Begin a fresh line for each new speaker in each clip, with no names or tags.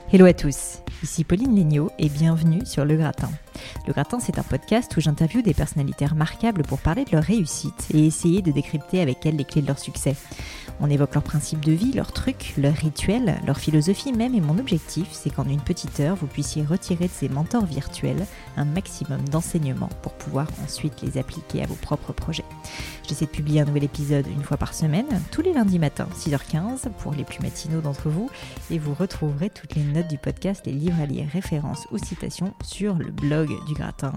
Hello à tous, ici Pauline Léniaud et bienvenue sur Le Gratin. Le Gratin, c'est un podcast où j'interviewe des personnalités remarquables pour parler de leur réussite et essayer de décrypter avec elles les clés de leur succès. On évoque leurs principes de vie, leurs trucs, leurs rituels, leur philosophie même, et mon objectif, c'est qu'en une petite heure, vous puissiez retirer de ces mentors virtuels un maximum d'enseignements pour pouvoir ensuite les appliquer à vos propres projets. J'essaie de publier un nouvel épisode une fois par semaine, tous les lundis matins, 6h15, pour les plus matinaux d'entre vous, et vous retrouverez toutes les notes du podcast, les livres à lire, références ou citations sur le blog du Gratin,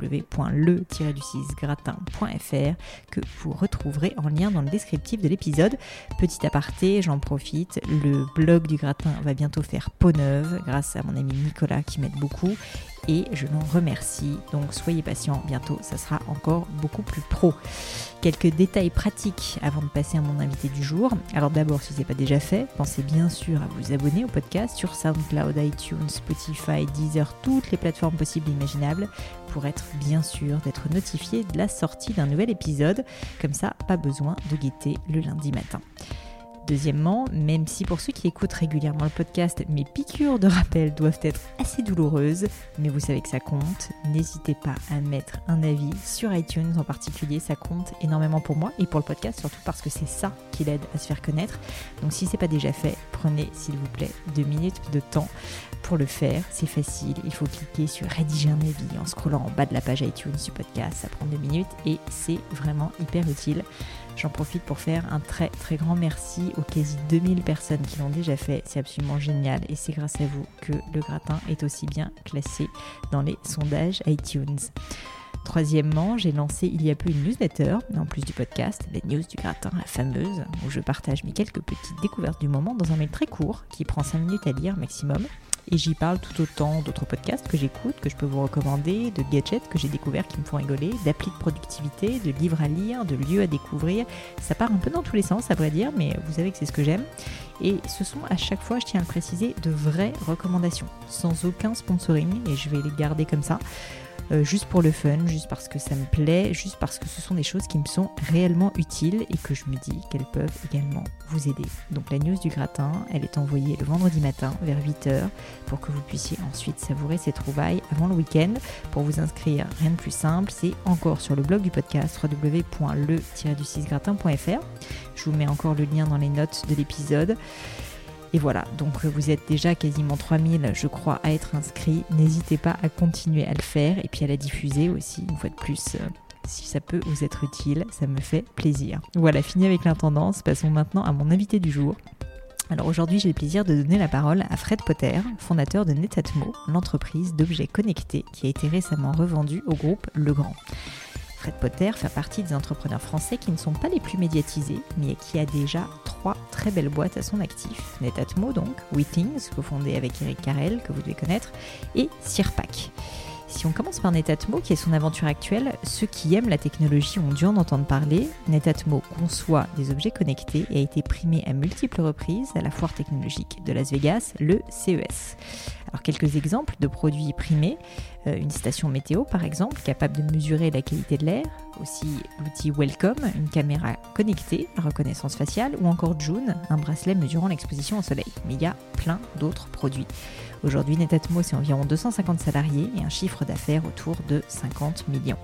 www.le-gratin.fr, que vous retrouverez en lien dans le descriptif de l'épisode. Petit aparté, j'en profite, le blog du Gratin va bientôt faire peau neuve grâce à mon ami Nicolas qui m'aide beaucoup et je l'en remercie. Donc soyez patients, bientôt ça sera encore beaucoup plus pro. Quelques détails pratiques avant de passer à mon invité du jour. Alors d'abord, si ce n'est pas déjà fait, pensez bien sûr à vous abonner au podcast sur SoundCloud, iTunes, Spotify, Deezer, toutes les plateformes possibles et imaginables pour être bien sûr d'être notifié de la sortie d'un nouvel épisode. Comme ça, pas besoin de guetter le lundi matin. Deuxièmement, même si pour ceux qui écoutent régulièrement le podcast, mes piqûres de rappel doivent être assez douloureuses, mais vous savez que ça compte, n'hésitez pas à mettre un avis sur iTunes en particulier, ça compte énormément pour moi et pour le podcast, surtout parce que c'est ça qui l'aide à se faire connaître. Donc si c'est pas déjà fait, prenez s'il vous plaît 2 minutes de temps pour le faire, c'est facile, il faut cliquer sur rédiger un avis en scrollant en bas de la page iTunes du podcast, ça prend 2 minutes et c'est vraiment hyper utile. J'en profite pour faire un très très grand merci aux quasi 2000 personnes qui l'ont déjà fait. C'est absolument génial et c'est grâce à vous que Le Gratin est aussi bien classé dans les sondages iTunes. Troisièmement, j'ai lancé il y a peu une newsletter, en plus du podcast, la news du Gratin, la fameuse, où je partage mes quelques petites découvertes du moment dans un mail très court qui prend 5 minutes à lire maximum. Et j'y parle tout autant d'autres podcasts que j'écoute, que je peux vous recommander, de gadgets que j'ai découverts qui me font rigoler, d'applis de productivité, de livres à lire, de lieux à découvrir. Ça part un peu dans tous les sens, à vrai dire, mais vous savez que c'est ce que j'aime. Et ce sont à chaque fois, je tiens à le préciser, de vraies recommandations, sans aucun sponsoring, et je vais les garder comme ça. Juste pour le fun, juste parce que ça me plaît, juste parce que ce sont des choses qui me sont réellement utiles et que je me dis qu'elles peuvent également vous aider. Donc la news du Gratin, elle est envoyée le vendredi matin vers 8h pour que vous puissiez ensuite savourer ces trouvailles avant le week-end. Pour vous inscrire, rien de plus simple, c'est encore sur le blog du podcast www.le-gratin.fr. Je vous mets encore le lien dans les notes de l'épisode. Et voilà, donc vous êtes déjà quasiment 3000, je crois, à être inscrits. N'hésitez pas à continuer à le faire et puis à la diffuser aussi, une fois de plus. Si ça peut vous être utile, ça me fait plaisir. Voilà, fini avec l'intendance. Passons maintenant à mon invité du jour. Alors aujourd'hui, j'ai le plaisir de donner la parole à Fred Potter, fondateur de Netatmo, l'entreprise d'objets connectés qui a été récemment revendue au groupe Legrand. Fred Potter fait partie des entrepreneurs français qui ne sont pas les plus médiatisés, mais qui a déjà 3 très belles boîtes à son actif. Netatmo donc, WeThings, cofondé avec Eric Carrel, que vous devez connaître, et Sirpac. Si on commence par Netatmo, qui est son aventure actuelle, ceux qui aiment la technologie ont dû en entendre parler. Netatmo conçoit des objets connectés et a été primé à multiples reprises à la foire technologique de Las Vegas, le CES. Alors quelques exemples de produits primés, une station météo par exemple, capable de mesurer la qualité de l'air, aussi l'outil Welcome, une caméra connectée à reconnaissance faciale, ou encore June, un bracelet mesurant l'exposition au soleil. Mais il y a plein d'autres produits. Aujourd'hui, Netatmo, c'est environ 250 salariés et un chiffre d'affaires autour de 50 millions.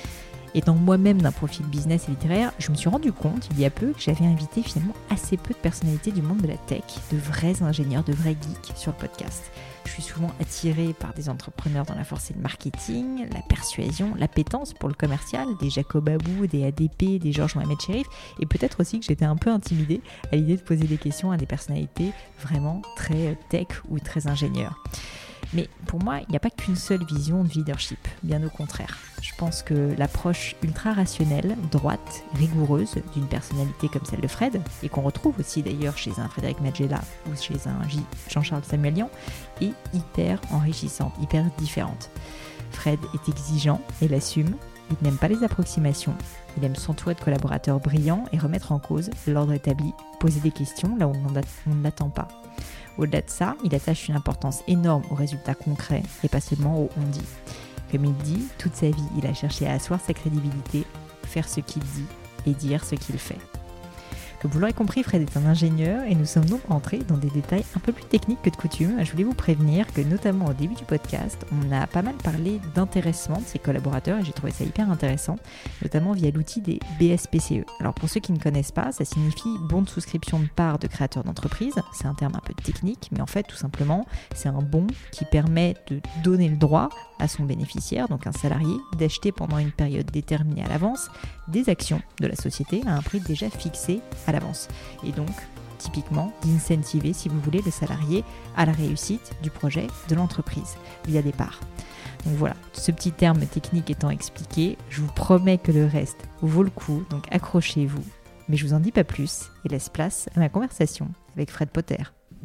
Étant moi-même d'un profil business et littéraire, je me suis rendu compte il y a peu que j'avais invité finalement assez peu de personnalités du monde de la tech, de vrais ingénieurs, de vrais geeks sur le podcast. Je suis souvent attirée par des entrepreneurs dans la force et le marketing, la persuasion, l'appétence pour le commercial, des Jacob Abou, des ADP, des Georges Mohamed Cherif, et peut-être aussi que j'étais un peu intimidée à l'idée de poser des questions à des personnalités vraiment très tech ou très ingénieurs. Mais pour moi, il n'y a pas qu'une seule vision de leadership, bien au contraire. Je pense que l'approche ultra rationnelle, droite, rigoureuse d'une personnalité comme celle de Fred, et qu'on retrouve aussi d'ailleurs chez un Frédéric Magella ou chez un Jean-Charles Samuelian, est hyper enrichissante, hyper différente. Fred est exigeant et l'assume, il n'aime pas les approximations, il aime s'entourer de collaborateurs brillants et remettre en cause l'ordre établi, poser des questions là où on ne l'attend pas. Au-delà de ça, il attache une importance énorme aux résultats concrets et pas seulement au on dit. Comme il dit, toute sa vie, il a cherché à asseoir sa crédibilité, faire ce qu'il dit et dire ce qu'il fait. Comme vous l'aurez compris, Fred est un ingénieur et nous sommes donc entrés dans des détails un peu plus techniques que de coutume. Je voulais vous prévenir que notamment au début du podcast, on a pas mal parlé d'intéressement de ses collaborateurs et j'ai trouvé ça hyper intéressant, notamment via l'outil des BSPCE. Alors pour ceux qui ne connaissent pas, ça signifie bon de souscription de parts de créateurs d'entreprise. C'est un terme un peu technique, mais en fait tout simplement, c'est un bon qui permet de donner le droit à son bénéficiaire, donc un salarié, d'acheter pendant une période déterminée à l'avance des actions de la société à un prix déjà fixé à l'avance. Et donc, typiquement, d'incentiver, si vous voulez, le salarié à la réussite du projet de l'entreprise via des parts. Donc voilà, ce petit terme technique étant expliqué, je vous promets que le reste vaut le coup, donc accrochez-vous. Mais je vous en dis pas plus et laisse place à ma conversation avec Fred Potter.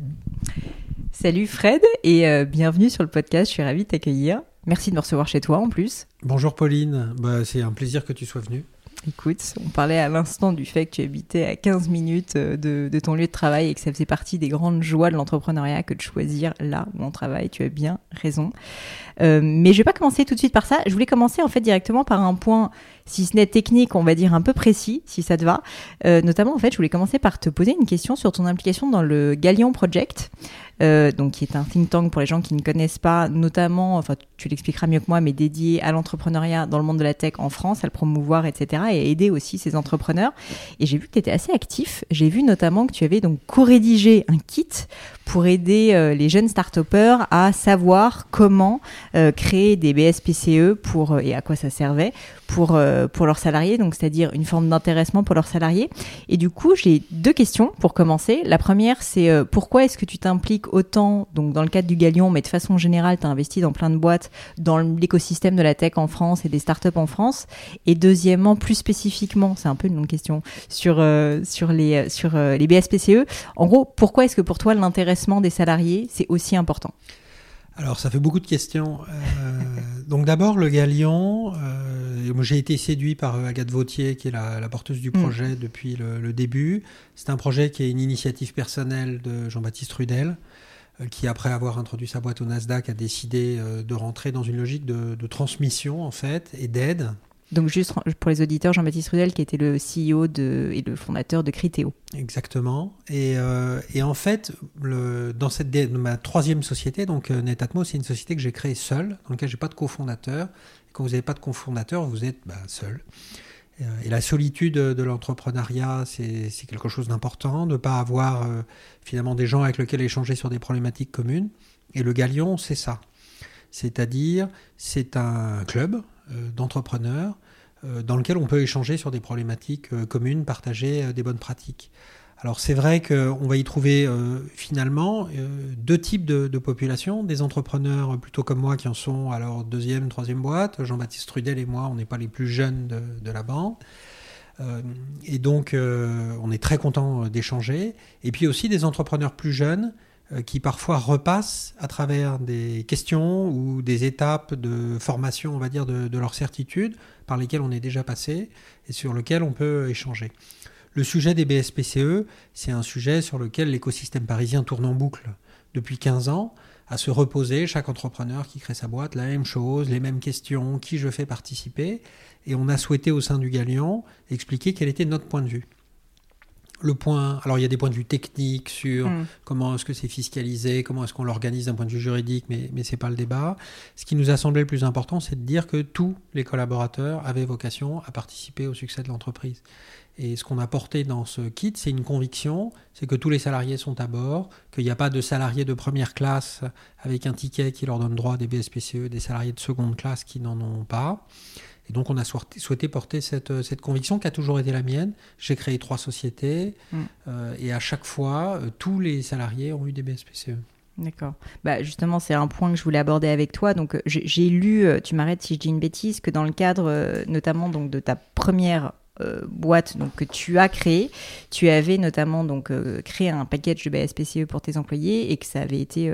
Salut Fred et bienvenue sur le podcast, je suis ravie de t'accueillir. Merci de me recevoir chez toi en plus.
Bonjour Pauline, c'est un plaisir que tu sois venue.
Écoute, on parlait à l'instant du fait que tu habitais à 15 minutes de ton lieu de travail et que ça faisait partie des grandes joies de l'entrepreneuriat que de choisir là où on travaille. Tu as bien raison. Mais je vais pas commencer tout de suite par ça. Je voulais commencer en fait directement par un point, si ce n'est technique, on va dire un peu précis, si ça te va. Notamment, en fait, je voulais commencer par te poser une question sur ton implication dans le Galion Project. Donc qui est un think tank pour les gens qui ne connaissent pas, notamment, enfin tu l'expliqueras mieux que moi, mais dédié à l'entrepreneuriat dans le monde de la tech en France, à le promouvoir, etc. et à aider aussi ces entrepreneurs. Et j'ai vu que tu étais assez actif. J'ai vu notamment que tu avais donc co-rédigé un kit pour aider les jeunes start-upers à savoir comment créer des BSPCE et à quoi ça servait pour leurs salariés, donc c'est-à-dire une forme d'intéressement pour leurs salariés. Et du coup, j'ai deux questions pour commencer. La première, c'est pourquoi est-ce que tu t'impliques autant, donc dans le cadre du Galion, mais de façon générale, tu as investi dans plein de boîtes dans l'écosystème de la tech en France et des startups en France. Et deuxièmement, plus spécifiquement, c'est un peu une longue question, sur les BSPCE. En gros, pourquoi est-ce que pour toi, l'intéressement des salariés, c'est aussi important ?
Alors, ça fait beaucoup de questions. Donc d'abord, le Galion, moi, j'ai été séduit par Agathe Vautier, qui est la porteuse du projet depuis le début. C'est un projet qui est une initiative personnelle de Jean-Baptiste Rudel, qui, après avoir introduit sa boîte au Nasdaq, a décidé de rentrer dans une logique de transmission, en fait, et d'aide.
Donc juste pour les auditeurs, Jean-Baptiste Rudel qui était le CEO et le fondateur de Criteo.
Exactement. Et en fait, dans ma troisième société, donc Netatmo, c'est une société que j'ai créée seule, dans laquelle j'ai pas de cofondateur. Et quand vous n'avez pas de cofondateur, vous êtes seul. Et la solitude de l'entrepreneuriat, c'est quelque chose d'important, de ne pas avoir finalement des gens avec lesquels échanger sur des problématiques communes. Et le Galion, c'est ça. C'est-à-dire, c'est un club d'entrepreneurs dans lequel on peut échanger sur des problématiques communes, partager des bonnes pratiques. Alors c'est vrai qu'on va y trouver finalement deux types de populations, des entrepreneurs plutôt comme moi qui en sont à leur deuxième, troisième boîte. Jean-Baptiste Rudel et moi, on n'est pas les plus jeunes de la bande. Et donc on est très contents d'échanger. Et puis aussi des entrepreneurs plus jeunes qui parfois repassent à travers des questions ou des étapes de formation, on va dire, de leur certitude, par lesquelles on est déjà passé et sur lesquelles on peut échanger. Le sujet des BSPCE, c'est un sujet sur lequel l'écosystème parisien tourne en boucle depuis 15 ans, à se reposer, chaque entrepreneur qui crée sa boîte, la même chose, les mêmes questions, qui je fais participer. Et on a souhaité au sein du Galion expliquer quel était notre point de vue. Alors il y a des points de vue techniques sur comment est-ce que c'est fiscalisé, comment est-ce qu'on l'organise d'un point de vue juridique, mais c'est pas le débat. Ce qui nous a semblé le plus important, c'est de dire que tous les collaborateurs avaient vocation à participer au succès de l'entreprise. Et ce qu'on a porté dans ce kit, c'est une conviction, c'est que tous les salariés sont à bord, qu'il n'y a pas de salariés de première classe avec un ticket qui leur donne droit à des BSPCE, des salariés de seconde classe qui n'en ont pas. Et donc, on a souhaité porter cette conviction qui a toujours été la mienne. J'ai créé 3 sociétés et à chaque fois, tous les salariés ont eu des BSPCE.
D'accord. Justement, c'est un point que je voulais aborder avec toi. Donc, j'ai lu, tu m'arrêtes si je dis une bêtise, que dans le cadre notamment donc, de ta première boîte donc, que tu as créée, tu avais notamment donc, créé un package de BSPCE pour tes employés et que ça avait été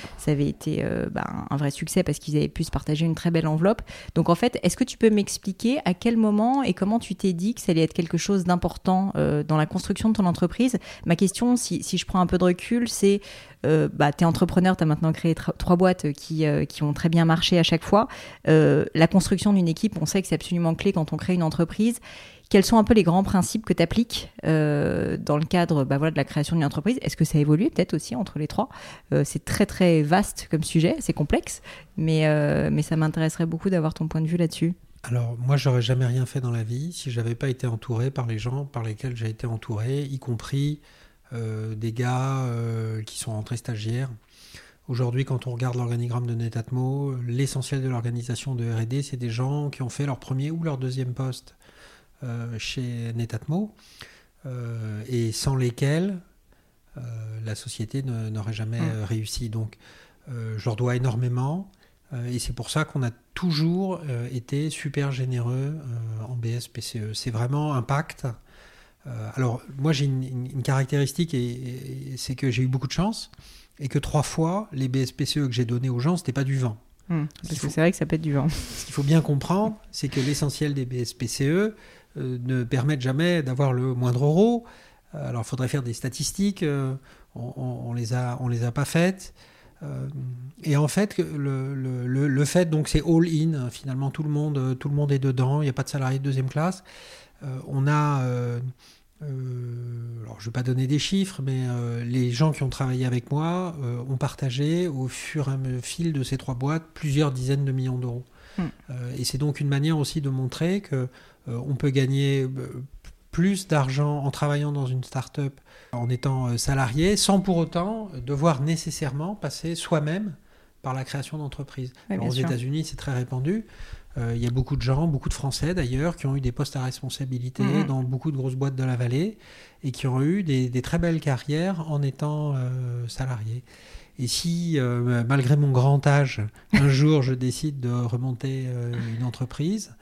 un vrai succès parce qu'ils avaient pu se partager une très belle enveloppe. Donc en fait, est-ce que tu peux m'expliquer à quel moment et comment tu t'es dit que ça allait être quelque chose d'important dans la construction de ton entreprise ? Ma question, si je prends un peu de recul, c'est t'es entrepreneur, t'as maintenant créé 3 boîtes qui ont très bien marché à chaque fois. La construction d'une équipe, on sait que c'est absolument clé quand on crée une entreprise. quels sont un peu les grands principes que tu appliques dans le cadre de la création d'une entreprise? Est-ce que ça a évolué peut-être aussi entre les trois? C'est très très vaste comme sujet, c'est complexe, mais ça m'intéresserait beaucoup d'avoir ton point de vue là-dessus.
Alors, moi, j'aurais jamais rien fait dans la vie si j'avais pas été entouré par les gens par lesquels j'ai été entouré, y compris des gars qui sont rentrés stagiaires. Aujourd'hui, quand on regarde l'organigramme de Netatmo, l'essentiel de l'organisation de R&D, c'est des gens qui ont fait leur premier ou leur deuxième poste chez Netatmo, et sans lesquels la société n'aurait jamais réussi. Donc, je leur dois énormément. Et c'est pour ça qu'on a toujours été super généreux en BSPCE. C'est vraiment un pacte. Alors, moi, j'ai une caractéristique, et c'est que j'ai eu beaucoup de chance, et que 3 fois, les BSPCE que j'ai donnés aux gens, c'était pas du vent.
Parce que c'est vrai que ça peut être du vent.
Ce qu'il faut bien comprendre, c'est que l'essentiel des BSPCE ne permettent jamais d'avoir le moindre euro. Alors, il faudrait faire des statistiques. On les a pas faites. Et en fait, le fait, donc c'est all-in, finalement tout le monde est dedans, il n'y a pas de salariés de deuxième classe. On a, alors je ne vais pas donner des chiffres, mais les gens qui ont travaillé avec moi ont partagé au fur et à fil de ces 3 boîtes plusieurs dizaines de millions d'euros. Et c'est donc une manière aussi de montrer qu'on peut gagner plus d'argent en travaillant dans une start-up, en étant salarié, sans pour autant devoir nécessairement passer soi-même par la création d'entreprises. Aux États-Unis, c'est très répandu. Il y a beaucoup de gens, beaucoup de Français d'ailleurs, qui ont eu des postes à responsabilité dans beaucoup de grosses boîtes de la vallée et qui ont eu des très belles carrières en étant salariés. Et si, malgré mon grand âge, un jour je décide de remonter une entreprise,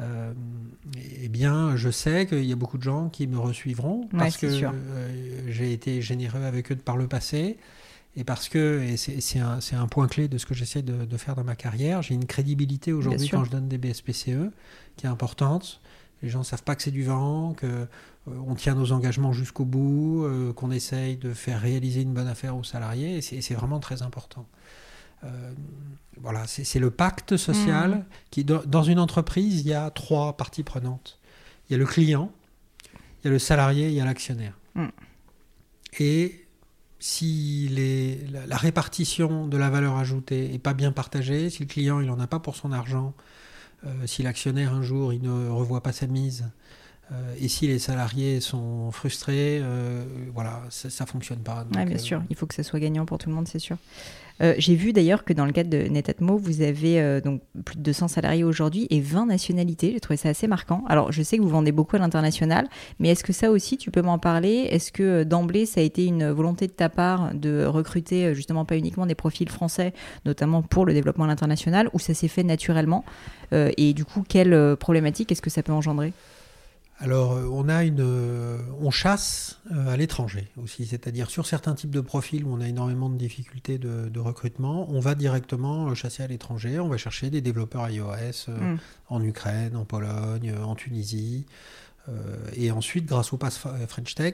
eh bien, je sais qu'il y a beaucoup de gens qui me resuivront parce que j'ai été généreux avec eux par le passé et parce que, et c'est un point clé de ce que j'essaie de faire dans ma carrière, j'ai une crédibilité aujourd'hui quand je donne des BSPCE qui est importante. Les gens ne savent pas que c'est du vent, qu'on tient nos engagements jusqu'au bout, qu'on essaye de faire réaliser une bonne affaire aux salariés, et c'est vraiment très important. Voilà, c'est le pacte social qui, dans une entreprise, il y a 3 parties prenantes. Il y a le client, il y a le salarié, il y a l'actionnaire. Et si la répartition de la valeur ajoutée n'est pas bien partagée, si le client il n'en a pas pour son argent, si l'actionnaire un jour il ne revoit pas sa mise, et si les salariés sont frustrés, voilà, ça ne fonctionne pas.
Oui, bien sûr, il faut que ça soit gagnant pour tout le monde, c'est sûr. J'ai vu d'ailleurs que dans le cadre de Netatmo, vous avez donc plus de 200 salariés aujourd'hui et 20 nationalités. J'ai trouvé ça assez marquant. Alors, je sais que vous vendez beaucoup à l'international, mais est-ce que ça aussi, tu peux m'en parler? Est-ce que d'emblée, ça a été une volonté de ta part de recruter justement pas uniquement des profils français, notamment pour le développement à l'international, ou ça s'est fait naturellement? Et du coup, quelle problématique est-ce que ça peut engendrer?
Alors, on chasse à l'étranger aussi, c'est-à-dire sur certains types de profils où on a énormément de difficultés de recrutement, on va directement chasser à l'étranger, on va chercher des développeurs iOS en Ukraine, en Pologne, en Tunisie, et ensuite, grâce au Pass French Tech,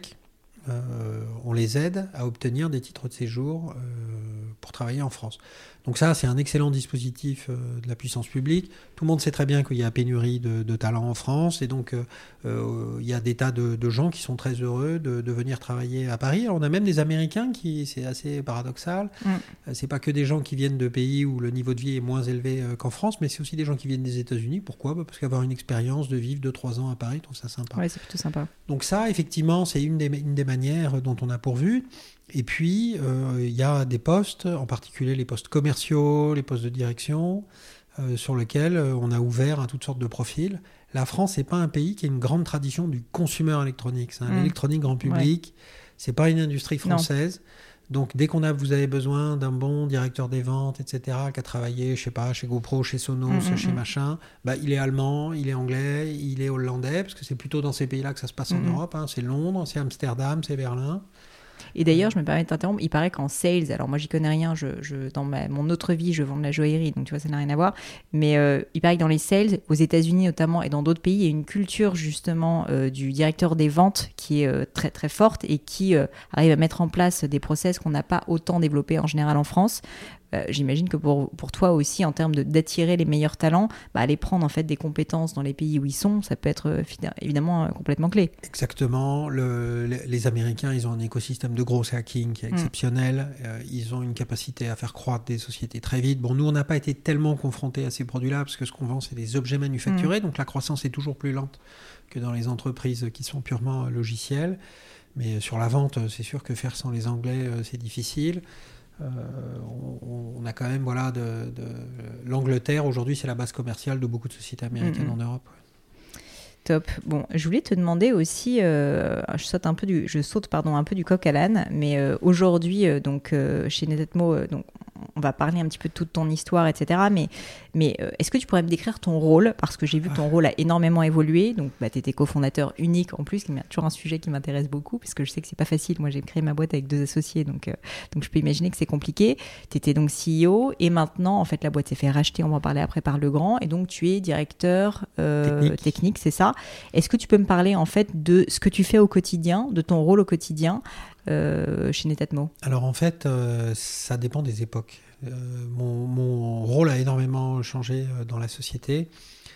on les aide à obtenir des titres de séjour pour travailler en France. Donc ça, c'est un excellent dispositif de la puissance publique. Tout le monde sait très bien qu'il y a pénurie de talents en France, et donc il y a des tas de gens qui sont très heureux de venir travailler à Paris. Alors, on a même des Américains c'est assez paradoxal. C'est pas que des gens qui viennent de pays où le niveau de vie est moins élevé qu'en France, mais c'est aussi des gens qui viennent des États-Unis. Pourquoi ? Parce qu'avoir une expérience de vivre 2-3 ans à Paris, je trouve ça sympa.
Oui, c'est plutôt sympa.
Donc ça, effectivement, c'est une des manières dont on a pourvu. Et puis, il y a des postes, en particulier les postes commerciaux, les postes de direction, sur lesquels on a ouvert à toutes sortes de profils. La France n'est pas un pays qui a une grande tradition du consumer électronique. L'électronique grand public, c'est pas une industrie française. Non. Donc, dès vous avez besoin d'un bon directeur des ventes, etc., qui a travaillé, je sais pas, chez GoPro, chez Sonos, chez machin, il est allemand, il est anglais, il est hollandais, parce que c'est plutôt dans ces pays-là que ça se passe en Europe. C'est Londres, c'est Amsterdam, c'est Berlin.
Et d'ailleurs, je me permets de t'interrompre, il paraît qu'en sales, alors moi j'y connais rien, dans mon autre vie, je vends de la joaillerie, donc tu vois, ça n'a rien à voir, mais il paraît que dans les sales, aux États-Unis notamment, et dans d'autres pays, il y a une culture justement du directeur des ventes qui est très très forte et qui arrive à mettre en place des process qu'on n'a pas autant développés en général en France. j'imagine que pour toi aussi, en termes d'attirer les meilleurs talents, aller prendre en fait des compétences dans les pays où ils sont, ça peut être évidemment complètement clé.
Exactement. Les Américains, ils ont un écosystème de gros hacking qui est exceptionnel. Ils ont une capacité à faire croître des sociétés très vite. Bon, nous, on n'a pas été tellement confrontés à ces produits-là parce que ce qu'on vend, c'est des objets manufacturés. Donc la croissance est toujours plus lente que dans les entreprises qui sont purement logicielles. Mais sur la vente, c'est sûr que faire sans les Anglais, c'est difficile. On a quand même, l'Angleterre, aujourd'hui, c'est la base commerciale de beaucoup de sociétés américaines en Europe.
Top. Bon, je voulais te demander aussi, je saute un peu du coq à l'âne, mais aujourd'hui, chez Netatmo, donc on va parler un petit peu de toute ton histoire, etc. Mais est-ce que tu pourrais me décrire ton rôle? Parce que j'ai vu que ton rôle a énormément évolué. Donc, tu étais cofondateur unique en plus, qui est toujours un sujet qui m'intéresse beaucoup, parce que je sais que c'est pas facile. Moi, j'ai créé ma boîte avec 2 associés, donc je peux imaginer que c'est compliqué. Tu étais donc CEO, et maintenant, en fait, la boîte s'est fait racheter, on va en parler après, par Legrand, et donc tu es directeur technique, c'est ça. Est-ce que tu peux me parler, en fait, de ce que tu fais au quotidien, de ton rôle au quotidien chez Netatmo?
Alors en fait, ça dépend des époques. Mon rôle a énormément changé dans la société.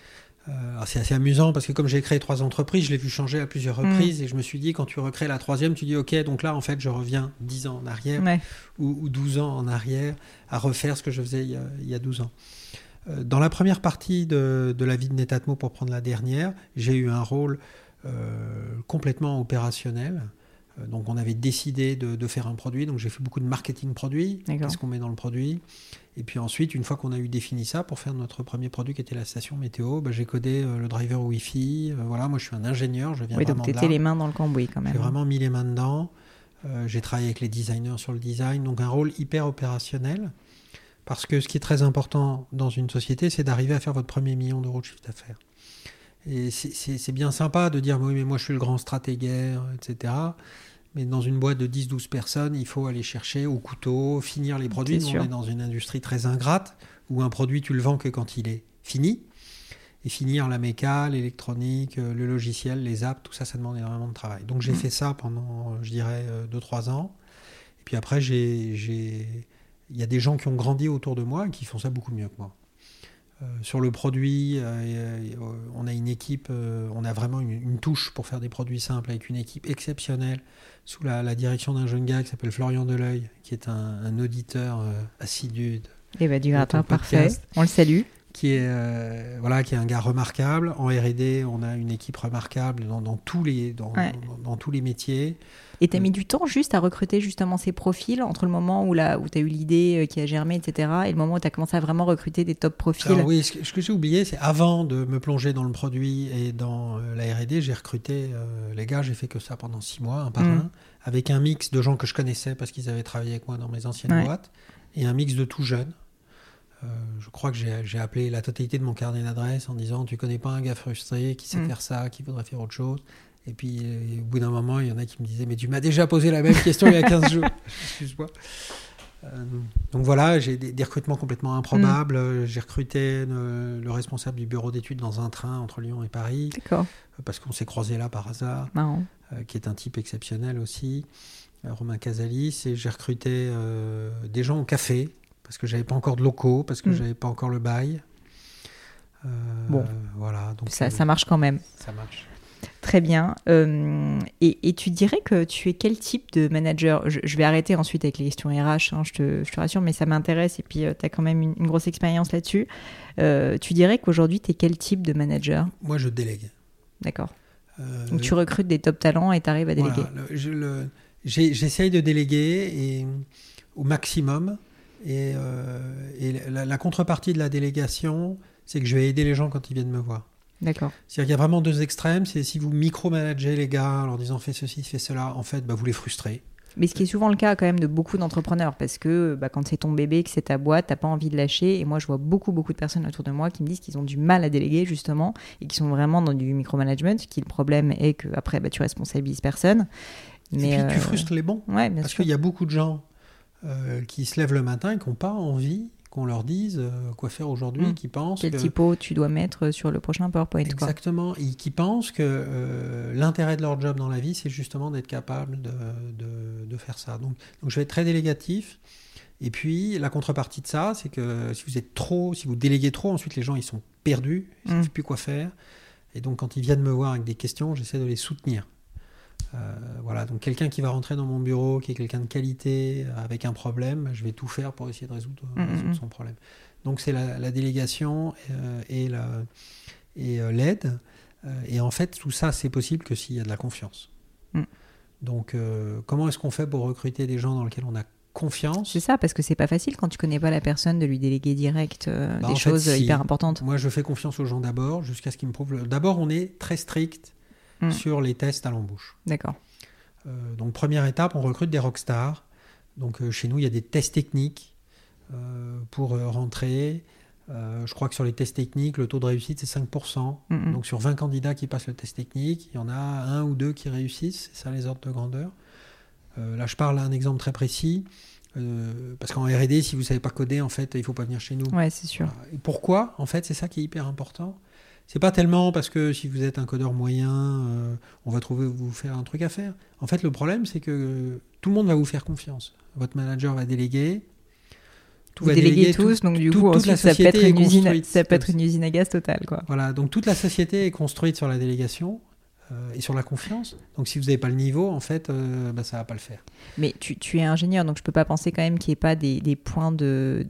C'est assez amusant parce que comme j'ai créé 3 entreprises, je l'ai vu changer à plusieurs reprises et je me suis dit, quand tu recrées la 3e, tu dis ok, donc là en fait je reviens 10 ans en arrière ou 12 ans en arrière à refaire ce que je faisais il y a 12 ans. Dans la première partie de la vie de Netatmo, pour prendre la dernière, j'ai eu un rôle complètement opérationnel. Donc on avait décidé de faire un produit, donc j'ai fait beaucoup de marketing produit, qu'est-ce qu'on met dans le produit, et puis ensuite, une fois qu'on a eu défini ça, pour faire notre premier produit qui était la station météo, j'ai codé le driver Wi-Fi, moi je suis un ingénieur, je viens vraiment de là.
Donc tu étais les mains dans le cambouis quand même.
J'ai vraiment mis les mains dedans, j'ai travaillé avec les designers sur le design, donc un rôle hyper opérationnel, parce que ce qui est très important dans une société, c'est d'arriver à faire votre premier 1 million d'euros de chiffre d'affaires. Et c'est bien sympa de dire, oui mais moi je suis le grand stratégaire, etc., mais dans une boîte de 10-12 personnes, il faut aller chercher au couteau, finir les produits. On est dans une industrie très ingrate, où un produit, tu le vends que quand il est fini. Et finir la méca, l'électronique, le logiciel, les apps, tout ça, ça demande énormément de travail. Donc j'ai fait ça pendant, je dirais, 2-3 ans. Et puis après, il y a des gens qui ont grandi autour de moi et qui font ça beaucoup mieux que moi. Sur le produit, on a une équipe, on a vraiment une touche pour faire des produits simples avec une équipe exceptionnelle sous la direction d'un jeune gars qui s'appelle Florian Deleuil, qui est un auditeur assidu
du gratin, parfait, on le salue.
Qui est un gars remarquable. En R&D, on a une équipe remarquable dans tous les métiers.
Et tu as mis du temps juste à recruter justement ces profils entre le moment où tu as eu l'idée qui a germé, etc., et le moment où tu as commencé à vraiment recruter des top profils?
Alors oui, ce que j'ai oublié, c'est avant de me plonger dans le produit et dans la R&D, j'ai recruté les gars, j'ai fait que ça pendant 6 mois, un par un, avec un mix de gens que je connaissais parce qu'ils avaient travaillé avec moi dans mes anciennes boîtes, et un mix de tout jeunes. Je crois que j'ai appelé la totalité de mon carnet d'adresses en disant, tu connais pas un gars frustré qui sait faire ça, qui voudrait faire autre chose? Et puis, au bout d'un moment, il y en a qui me disaient, mais tu m'as déjà posé la même question il y a 15 jours. Excuse-moi. Donc voilà, j'ai des recrutements complètement improbables. J'ai recruté le responsable du bureau d'études dans un train entre Lyon et Paris.
D'accord.
Parce qu'on s'est croisés là par hasard.
Marrant.
Qui est un type exceptionnel aussi. Romain Casalis. Et j'ai recruté des gens au café, parce que j'avais pas encore de locaux, parce que j'avais pas encore le bail. Voilà. Donc
ça marche quand même.
Ça marche.
Très bien. Et tu dirais que tu es quel type de manager? Je vais arrêter ensuite avec les questions RH, je te rassure, mais ça m'intéresse et puis tu as quand même une grosse expérience là-dessus. Tu dirais qu'aujourd'hui, tu es quel type de manager?
Moi, je délègue.
D'accord. Donc tu recrutes des top talents et tu arrives à déléguer.
Voilà, j'essaye de déléguer au maximum. Et la contrepartie de la délégation, c'est que je vais aider les gens quand ils viennent me voir.
D'accord.
C'est-à-dire qu'il y a vraiment 2 extrêmes. C'est si vous micromanagez les gars en leur disant fais ceci, fais cela, en fait, vous les frustrez.
Mais ce qui est souvent le cas quand même de beaucoup d'entrepreneurs, parce que quand c'est ton bébé, que c'est ta boîte, t'as pas envie de lâcher. Et moi, je vois beaucoup de personnes autour de moi qui me disent qu'ils ont du mal à déléguer justement et qui sont vraiment dans du micromanagement. Le problème est que après, tu responsabilises personne. Mais,
et puis tu frustres les bons.
Ouais, bien
parce
sûr.
qu'il y a beaucoup de gens qui se lèvent le matin et qui n'ont pas envie qu'on leur dise quoi faire aujourd'hui, qui pensent
quel typo tu dois mettre sur le prochain PowerPoint.
Exactement, et qui pensent que l'intérêt de leur job dans la vie, c'est justement d'être capable de faire ça. Donc je vais être très délégatif, Et puis, la contrepartie de ça, c'est que si vous déléguez trop, ensuite les gens ils sont perdus, ils ne savent plus quoi faire. Et donc, quand ils viennent me voir avec des questions, j'essaie de les soutenir. Voilà, donc quelqu'un qui va rentrer dans mon bureau, qui est quelqu'un de qualité, avec un problème, je vais tout faire pour essayer de résoudre son problème. Donc, c'est la délégation et l'aide. Et en fait, tout ça, c'est possible que s'il y a de la confiance. Donc, comment est-ce qu'on fait pour recruter des gens dans lesquels on a confiance?
C'est ça, parce que c'est pas facile quand tu connais pas la personne de lui déléguer direct des choses hyper importantes.
Moi, je fais confiance aux gens d'abord, jusqu'à ce qu'ils me prouvent. D'abord, on est très strict sur les tests à l'embauche.
D'accord.
Donc, première étape, on recrute des rockstars. Donc, chez nous, il y a des tests techniques pour rentrer. Je crois que sur les tests techniques, le taux de réussite, c'est 5%. Donc, sur 20 candidats qui passent le test technique, il y en a 1 ou 2 qui réussissent. C'est ça, les ordres de grandeur. Là, je parle d'un exemple très précis. Parce qu'en R&D, si vous ne savez pas coder, en fait, il ne faut pas venir chez nous.
Ouais, c'est sûr.
Voilà. Et pourquoi? En fait, c'est ça qui est hyper important. C'est pas tellement parce que si vous êtes un codeur moyen, on va vous faire un truc à faire. En fait, le problème, c'est que tout le monde va vous faire confiance. Votre manager va déléguer.
Vous déléguez tous, donc du coup, ensuite, ça peut être une usine à gaz totale, quoi.
Voilà, donc toute la société est construite sur la délégation. Et sur la confiance. Donc si vous n'avez pas le niveau, en fait, ça ne va pas le faire.
Mais tu es ingénieur, donc je ne peux pas penser quand même qu'il n'y ait pas des points de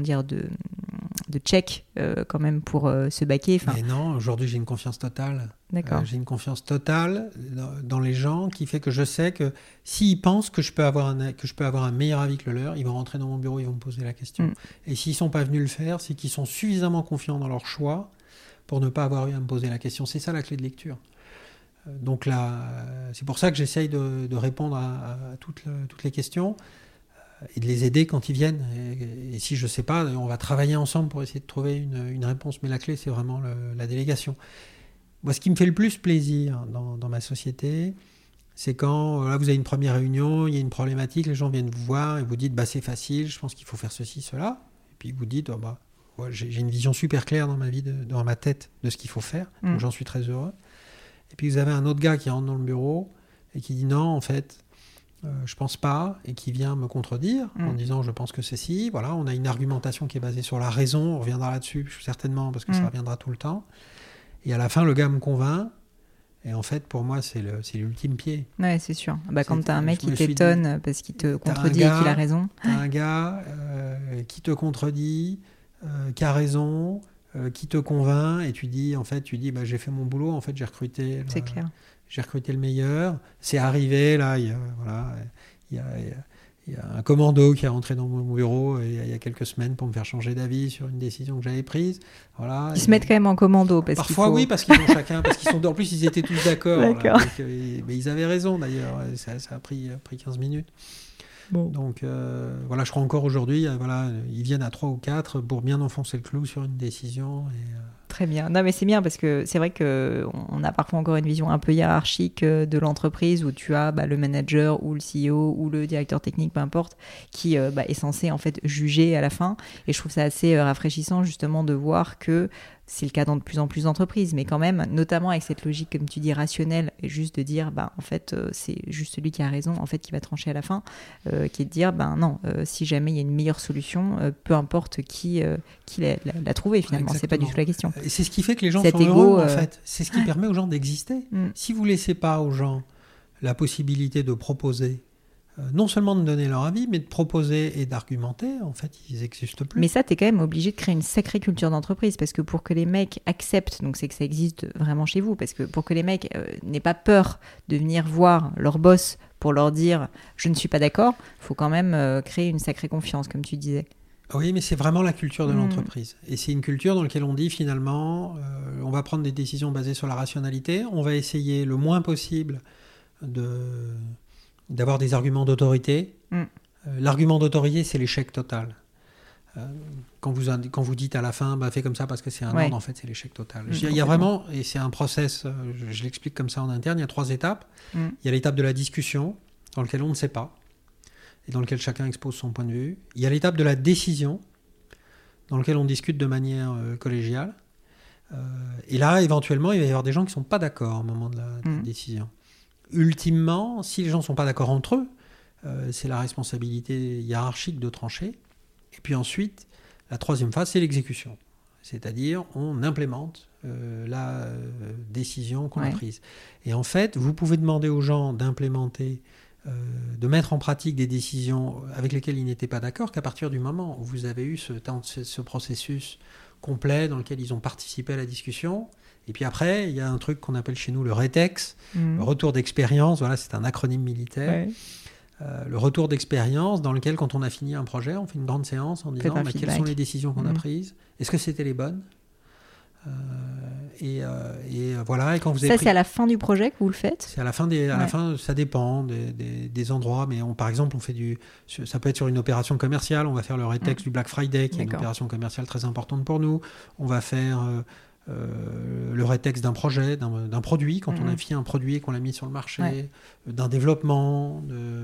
check quand même pour se baquer.
Mais non, aujourd'hui j'ai une confiance totale.
D'accord.
J'ai une confiance totale dans les gens qui fait que je sais que s'ils pensent que je peux avoir un meilleur avis que le leur, ils vont rentrer dans mon bureau, ils vont me poser la question. Et s'ils ne sont pas venus le faire, c'est qu'ils sont suffisamment confiants dans leur choix pour ne pas avoir eu à me poser la question. C'est ça la clé de lecture. Donc là, c'est pour ça que j'essaye de répondre à toutes les questions et de les aider quand ils viennent. Et si je ne sais pas, on va travailler ensemble pour essayer de trouver une réponse. Mais la clé, c'est vraiment la délégation. Moi, ce qui me fait le plus plaisir dans ma société, c'est quand là, vous avez une première réunion, il y a une problématique, les gens viennent vous voir et vous dites c'est facile, je pense qu'il faut faire ceci, cela. Et puis vous dites j'ai une vision super claire dans ma tête de ce qu'il faut faire. Donc j'en suis très heureux. Et puis vous avez un autre gars qui rentre dans le bureau et qui dit non, en fait, je pense pas, et qui vient me contredire en disant je pense que c'est si. Voilà, on a une argumentation qui est basée sur la raison, on reviendra là-dessus certainement parce que ça reviendra tout le temps. Et à la fin, le gars me convainc. Et en fait, pour moi, c'est l'ultime pied.
Ouais, c'est sûr. Quand tu as un mec qui t'étonne parce qu'il te contredit et qu'il a raison.
Tu as un gars qui te contredit, qui a raison, qui te convainc, et tu dis j'ai fait mon boulot, en fait j'ai recruté le meilleur, c'est arrivé là, il y a un commando qui est rentré dans mon bureau il y a quelques semaines pour me faire changer d'avis sur une décision que j'avais prise. Voilà.
Ils se mettent quand même en commando
parfois oui, parce qu'ils ont chacun, parce qu'ils sont en plus ils étaient tous d'accord.
D'accord.
Là, mais ils avaient raison d'ailleurs, ça a pris 15 minutes. Bon. Donc je crois encore aujourd'hui, ils viennent à 3 ou 4 pour bien enfoncer le clou sur une décision.
Très bien. Non, mais c'est bien parce que c'est vrai qu'on a parfois encore une vision un peu hiérarchique de l'entreprise où tu as le manager ou le CEO ou le directeur technique, peu importe, qui est censé en fait juger à la fin. Et je trouve ça assez rafraîchissant justement de voir que c'est le cas dans de plus en plus d'entreprises, mais quand même, notamment avec cette logique, comme tu dis, rationnelle, et juste de dire, en fait, c'est juste celui qui a raison, en fait, qui va trancher à la fin, qui est de dire, non, si jamais il y a une meilleure solution, peu importe qui l'a trouvé, finalement, c'est pas du tout la question.
Et c'est ce qui fait que les gens sont heureux, en fait. C'est ce qui permet aux gens d'exister. Si vous laissez pas aux gens la possibilité de proposer, non seulement de donner leur avis, mais de proposer et d'argumenter, en fait, ils n'existent plus.
Mais ça, tu es quand même obligé de créer une sacrée culture d'entreprise, parce que pour que les mecs acceptent, donc c'est que ça existe vraiment chez vous, parce que pour que les mecs n'aient pas peur de venir voir leur boss pour leur dire « je ne suis pas d'accord », il faut quand même créer une sacrée confiance, comme tu disais.
Oui, mais c'est vraiment la culture de l'entreprise. Et c'est une culture dans laquelle on dit finalement, on va prendre des décisions basées sur la rationalité, on va essayer le moins possible d'avoir des arguments d'autorité. L'argument d'autorité, c'est l'échec total. Quand vous dites à la fin, fais comme ça parce que c'est un ordre, en fait, c'est l'échec total. Il y a vraiment, et c'est un process, je l'explique comme ça en interne, il y a 3 étapes. Il y a l'étape de la discussion, dans laquelle on ne sait pas, et dans laquelle chacun expose son point de vue. Il y a l'étape de la décision, dans laquelle on discute de manière collégiale. Et là, éventuellement, il va y avoir des gens qui ne sont pas d'accord au moment de la décision. Ultimement, si les gens ne sont pas d'accord entre eux, c'est la responsabilité hiérarchique de trancher. Et puis ensuite, la troisième phase, c'est l'exécution. C'est-à-dire, on implémente la décision qu'on a prise. Et en fait, vous pouvez demander aux gens d'implémenter, de mettre en pratique des décisions avec lesquelles ils n'étaient pas d'accord, qu'à partir du moment où vous avez eu ce processus complet dans lequel ils ont participé à la discussion. Et puis après, il y a un truc qu'on appelle chez nous le RETEX, le retour d'expérience. Voilà, c'est un acronyme militaire. Le retour d'expérience dans lequel, quand on a fini un projet, on fait une grande séance en disant quelles sont les décisions qu'on a prises, est-ce que c'était les bonnes, et voilà. Et quand vous avez
c'est à la fin du projet que vous le faites.
C'est à la fin la fin, ça dépend des endroits, mais par exemple, on fait ça peut être sur une opération commerciale. On va faire le RETEX du Black Friday, qui est une opération commerciale très importante pour nous. On va faire le RETEX d'un projet, d'un produit, quand on a fini un produit et qu'on l'a mis sur le marché, d'un développement,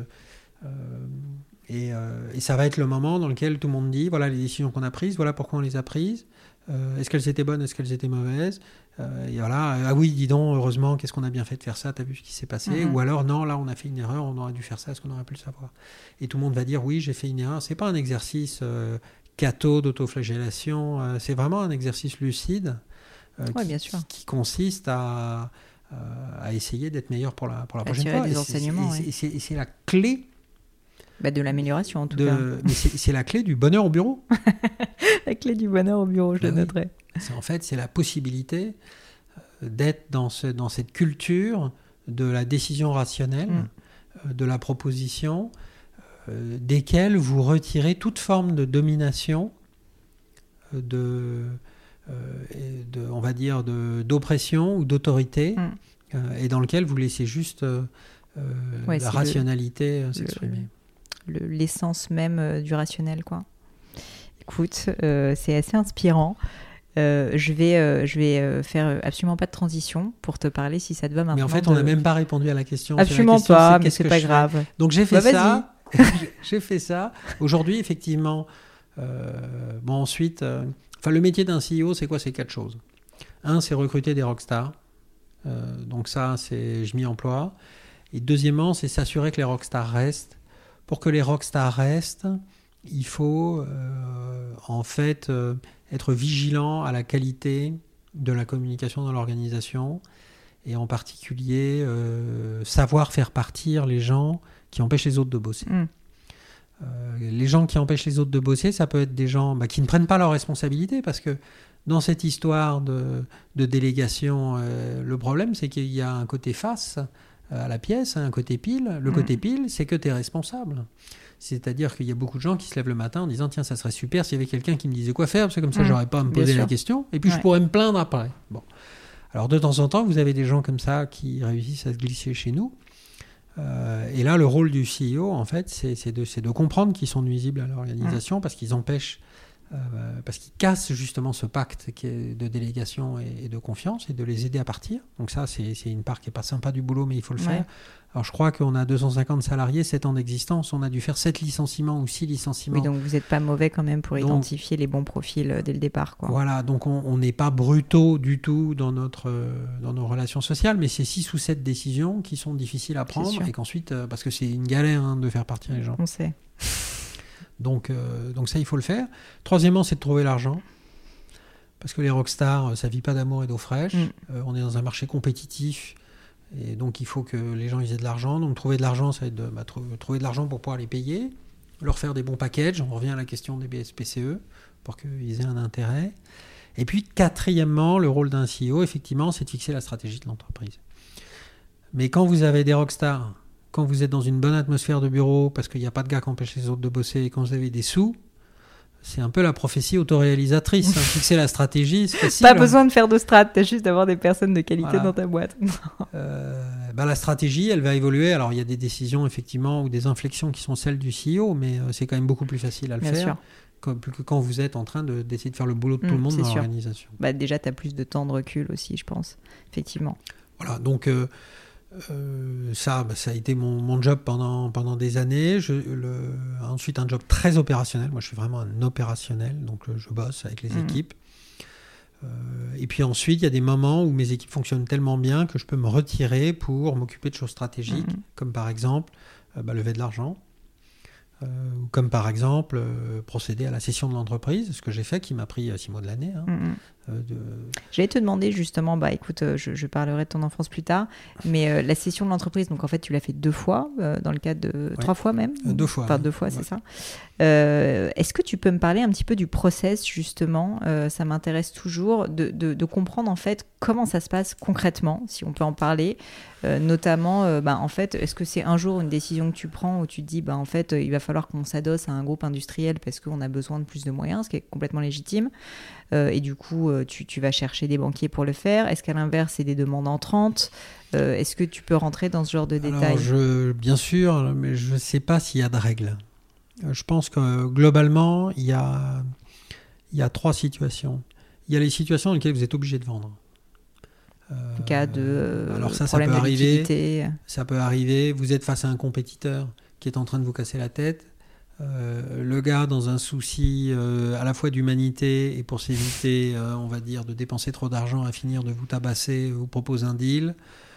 et ça va être le moment dans lequel tout le monde dit voilà les décisions qu'on a prises, voilà pourquoi on les a prises, est-ce qu'elles étaient bonnes, est-ce qu'elles étaient mauvaises, et voilà, ah oui, dis donc, heureusement, qu'est-ce qu'on a bien fait de faire ça, t'as vu ce qui s'est passé, ou alors non, là on a fait une erreur, on aurait dû faire ça, est-ce qu'on aurait pu le savoir, et tout le monde va dire oui, j'ai fait une erreur. C'est pas un exercice catho d'autoflagellation, c'est vraiment un exercice lucide qui consiste à essayer d'être meilleur pour la prochaine fois.
Des enseignements,
et c'est la clé
de l'amélioration, en tout cas.
Mais c'est la clé du bonheur au bureau.
La clé du bonheur au bureau, je le noterai.
C'est la possibilité d'être dans cette culture de la décision rationnelle, de la proposition, desquelles vous retirez toute forme de domination, on va dire d'oppression ou d'autorité, et dans lequel vous laissez juste la rationalité s'exprimer.
L'essence même du rationnel, quoi. Écoute, c'est assez inspirant. Je vais faire absolument pas de transition pour te parler, si ça te va maintenant.
Mais en fait, on n'a même pas répondu à la question.
Absolument pas, mais c'est pas grave.
Donc j'ai fait ça. J'ai fait ça. Aujourd'hui, effectivement, ensuite, le métier d'un CEO, c'est quoi? C'est 4 choses. 1, c'est recruter des rockstars. Donc ça, je m'y emploie. Et deuxièmement, c'est s'assurer que les rockstars restent. Pour que les rockstars restent, il faut être vigilant à la qualité de la communication dans l'organisation, et en particulier savoir faire partir les gens qui empêchent les autres de bosser. Les gens qui empêchent les autres de bosser, ça peut être des gens qui ne prennent pas leurs responsabilités, parce que dans cette histoire de délégation, le problème, c'est qu'il y a un côté face à la pièce, un côté pile. Le côté pile, c'est que tu es responsable. C'est-à-dire qu'il y a beaucoup de gens qui se lèvent le matin en disant tiens, ça serait super s'il y avait quelqu'un qui me disait quoi faire, parce que comme ça, j'aurais pas à me poser la question, et puis je pourrais me plaindre après. Bon. Alors de temps en temps, vous avez des gens comme ça qui réussissent à se glisser chez nous. Et là, le rôle du CEO, en fait, c'est de comprendre qu'ils sont nuisibles à l'organisation, parce qu'ils empêchent, parce qu'ils cassent justement ce pacte qui est de délégation et de confiance, et de les aider à partir. Donc ça, c'est une part qui n'est pas sympa du boulot, mais il faut le faire. Alors je crois qu'on a 250 salariés, 7 ans d'existence, on a dû faire 7 licenciements ou 6 licenciements.
Oui, donc vous n'êtes pas mauvais quand même pour identifier les bons profils dès le départ, quoi.
Voilà, donc on n'est pas brutaux du tout dans nos relations sociales, mais c'est 6 ou 7 décisions qui sont difficiles à prendre, et qu'ensuite, parce que c'est une galère de faire partir les gens.
On sait.
Donc ça, il faut le faire. Troisièmement, c'est de trouver l'argent. Parce que les rockstars, ça ne vit pas d'amour et d'eau fraîche. On est dans un marché compétitif. Et donc, il faut que les gens aient de l'argent. Donc, trouver de l'argent, ça va être trouver de l'argent pour pouvoir les payer. Leur faire des bons packages. On revient à la question des BSPCE pour qu'ils aient un intérêt. Et puis, quatrièmement, le rôle d'un CEO, effectivement, c'est de fixer la stratégie de l'entreprise. Mais quand vous avez des rockstars, quand vous êtes dans une bonne atmosphère de bureau, parce qu'il n'y a pas de gars qui empêchent les autres de bosser, et quand vous avez des sous, c'est un peu la prophétie autoréalisatrice. Fixer la stratégie, c'est facile.
Pas besoin de faire de strat, t'as juste d'avoir des personnes de qualité dans ta boîte.
La stratégie, elle va évoluer. Alors, il y a des décisions, effectivement, ou des inflexions qui sont celles du CEO, mais c'est quand même beaucoup plus facile à le faire que quand vous êtes en train d'essayer de faire le boulot de tout le monde dans l'organisation.
Déjà, t'as plus de temps de recul aussi, je pense, effectivement.
Voilà, donc... ça a été mon job pendant des années. Ensuite, un job très opérationnel. Moi, je suis vraiment un opérationnel, donc je bosse avec les équipes. Et puis ensuite, il y a des moments où mes équipes fonctionnent tellement bien que je peux me retirer pour m'occuper de choses stratégiques, comme par exemple lever de l'argent. Comme par exemple procéder à la cession de l'entreprise, ce que j'ai fait, qui m'a pris 6 mois de l'année.
J'allais te demander justement, écoute, je parlerai de ton enfance plus tard, mais la cession de l'entreprise, donc en fait tu l'as fait 2 fois, dans le cadre de 3 fois même
2 fois.
Enfin 2 fois, c'est ça. Est-ce que tu peux me parler un petit peu du process justement, ça m'intéresse toujours de comprendre en fait comment ça se passe concrètement, si on peut en parler, notamment en fait, est-ce que c'est un jour une décision que tu prends où tu te dis en fait il va falloir qu'on s'adosse à un groupe industriel parce qu'on a besoin de plus de moyens, ce qui est complètement légitime, et du coup tu vas chercher des banquiers pour le faire. Est-ce qu'à l'inverse c'est des demandes entrantes? Est-ce que tu peux rentrer dans ce genre de détails?
Bien sûr, mais je ne sais pas s'il y a de règles. Je pense que globalement il y a 3 situations. Il y a les situations dans lesquelles vous êtes obligé de vendre.
En cas de
alors ça
problème
peut
de
arriver.
liquidité.
Ça peut arriver. Vous êtes face à un compétiteur qui est en train de vous casser la tête. Le gars, dans un souci à la fois d'humanité et pour s'éviter, on va dire, de dépenser trop d'argent à finir de vous tabasser, vous propose un deal.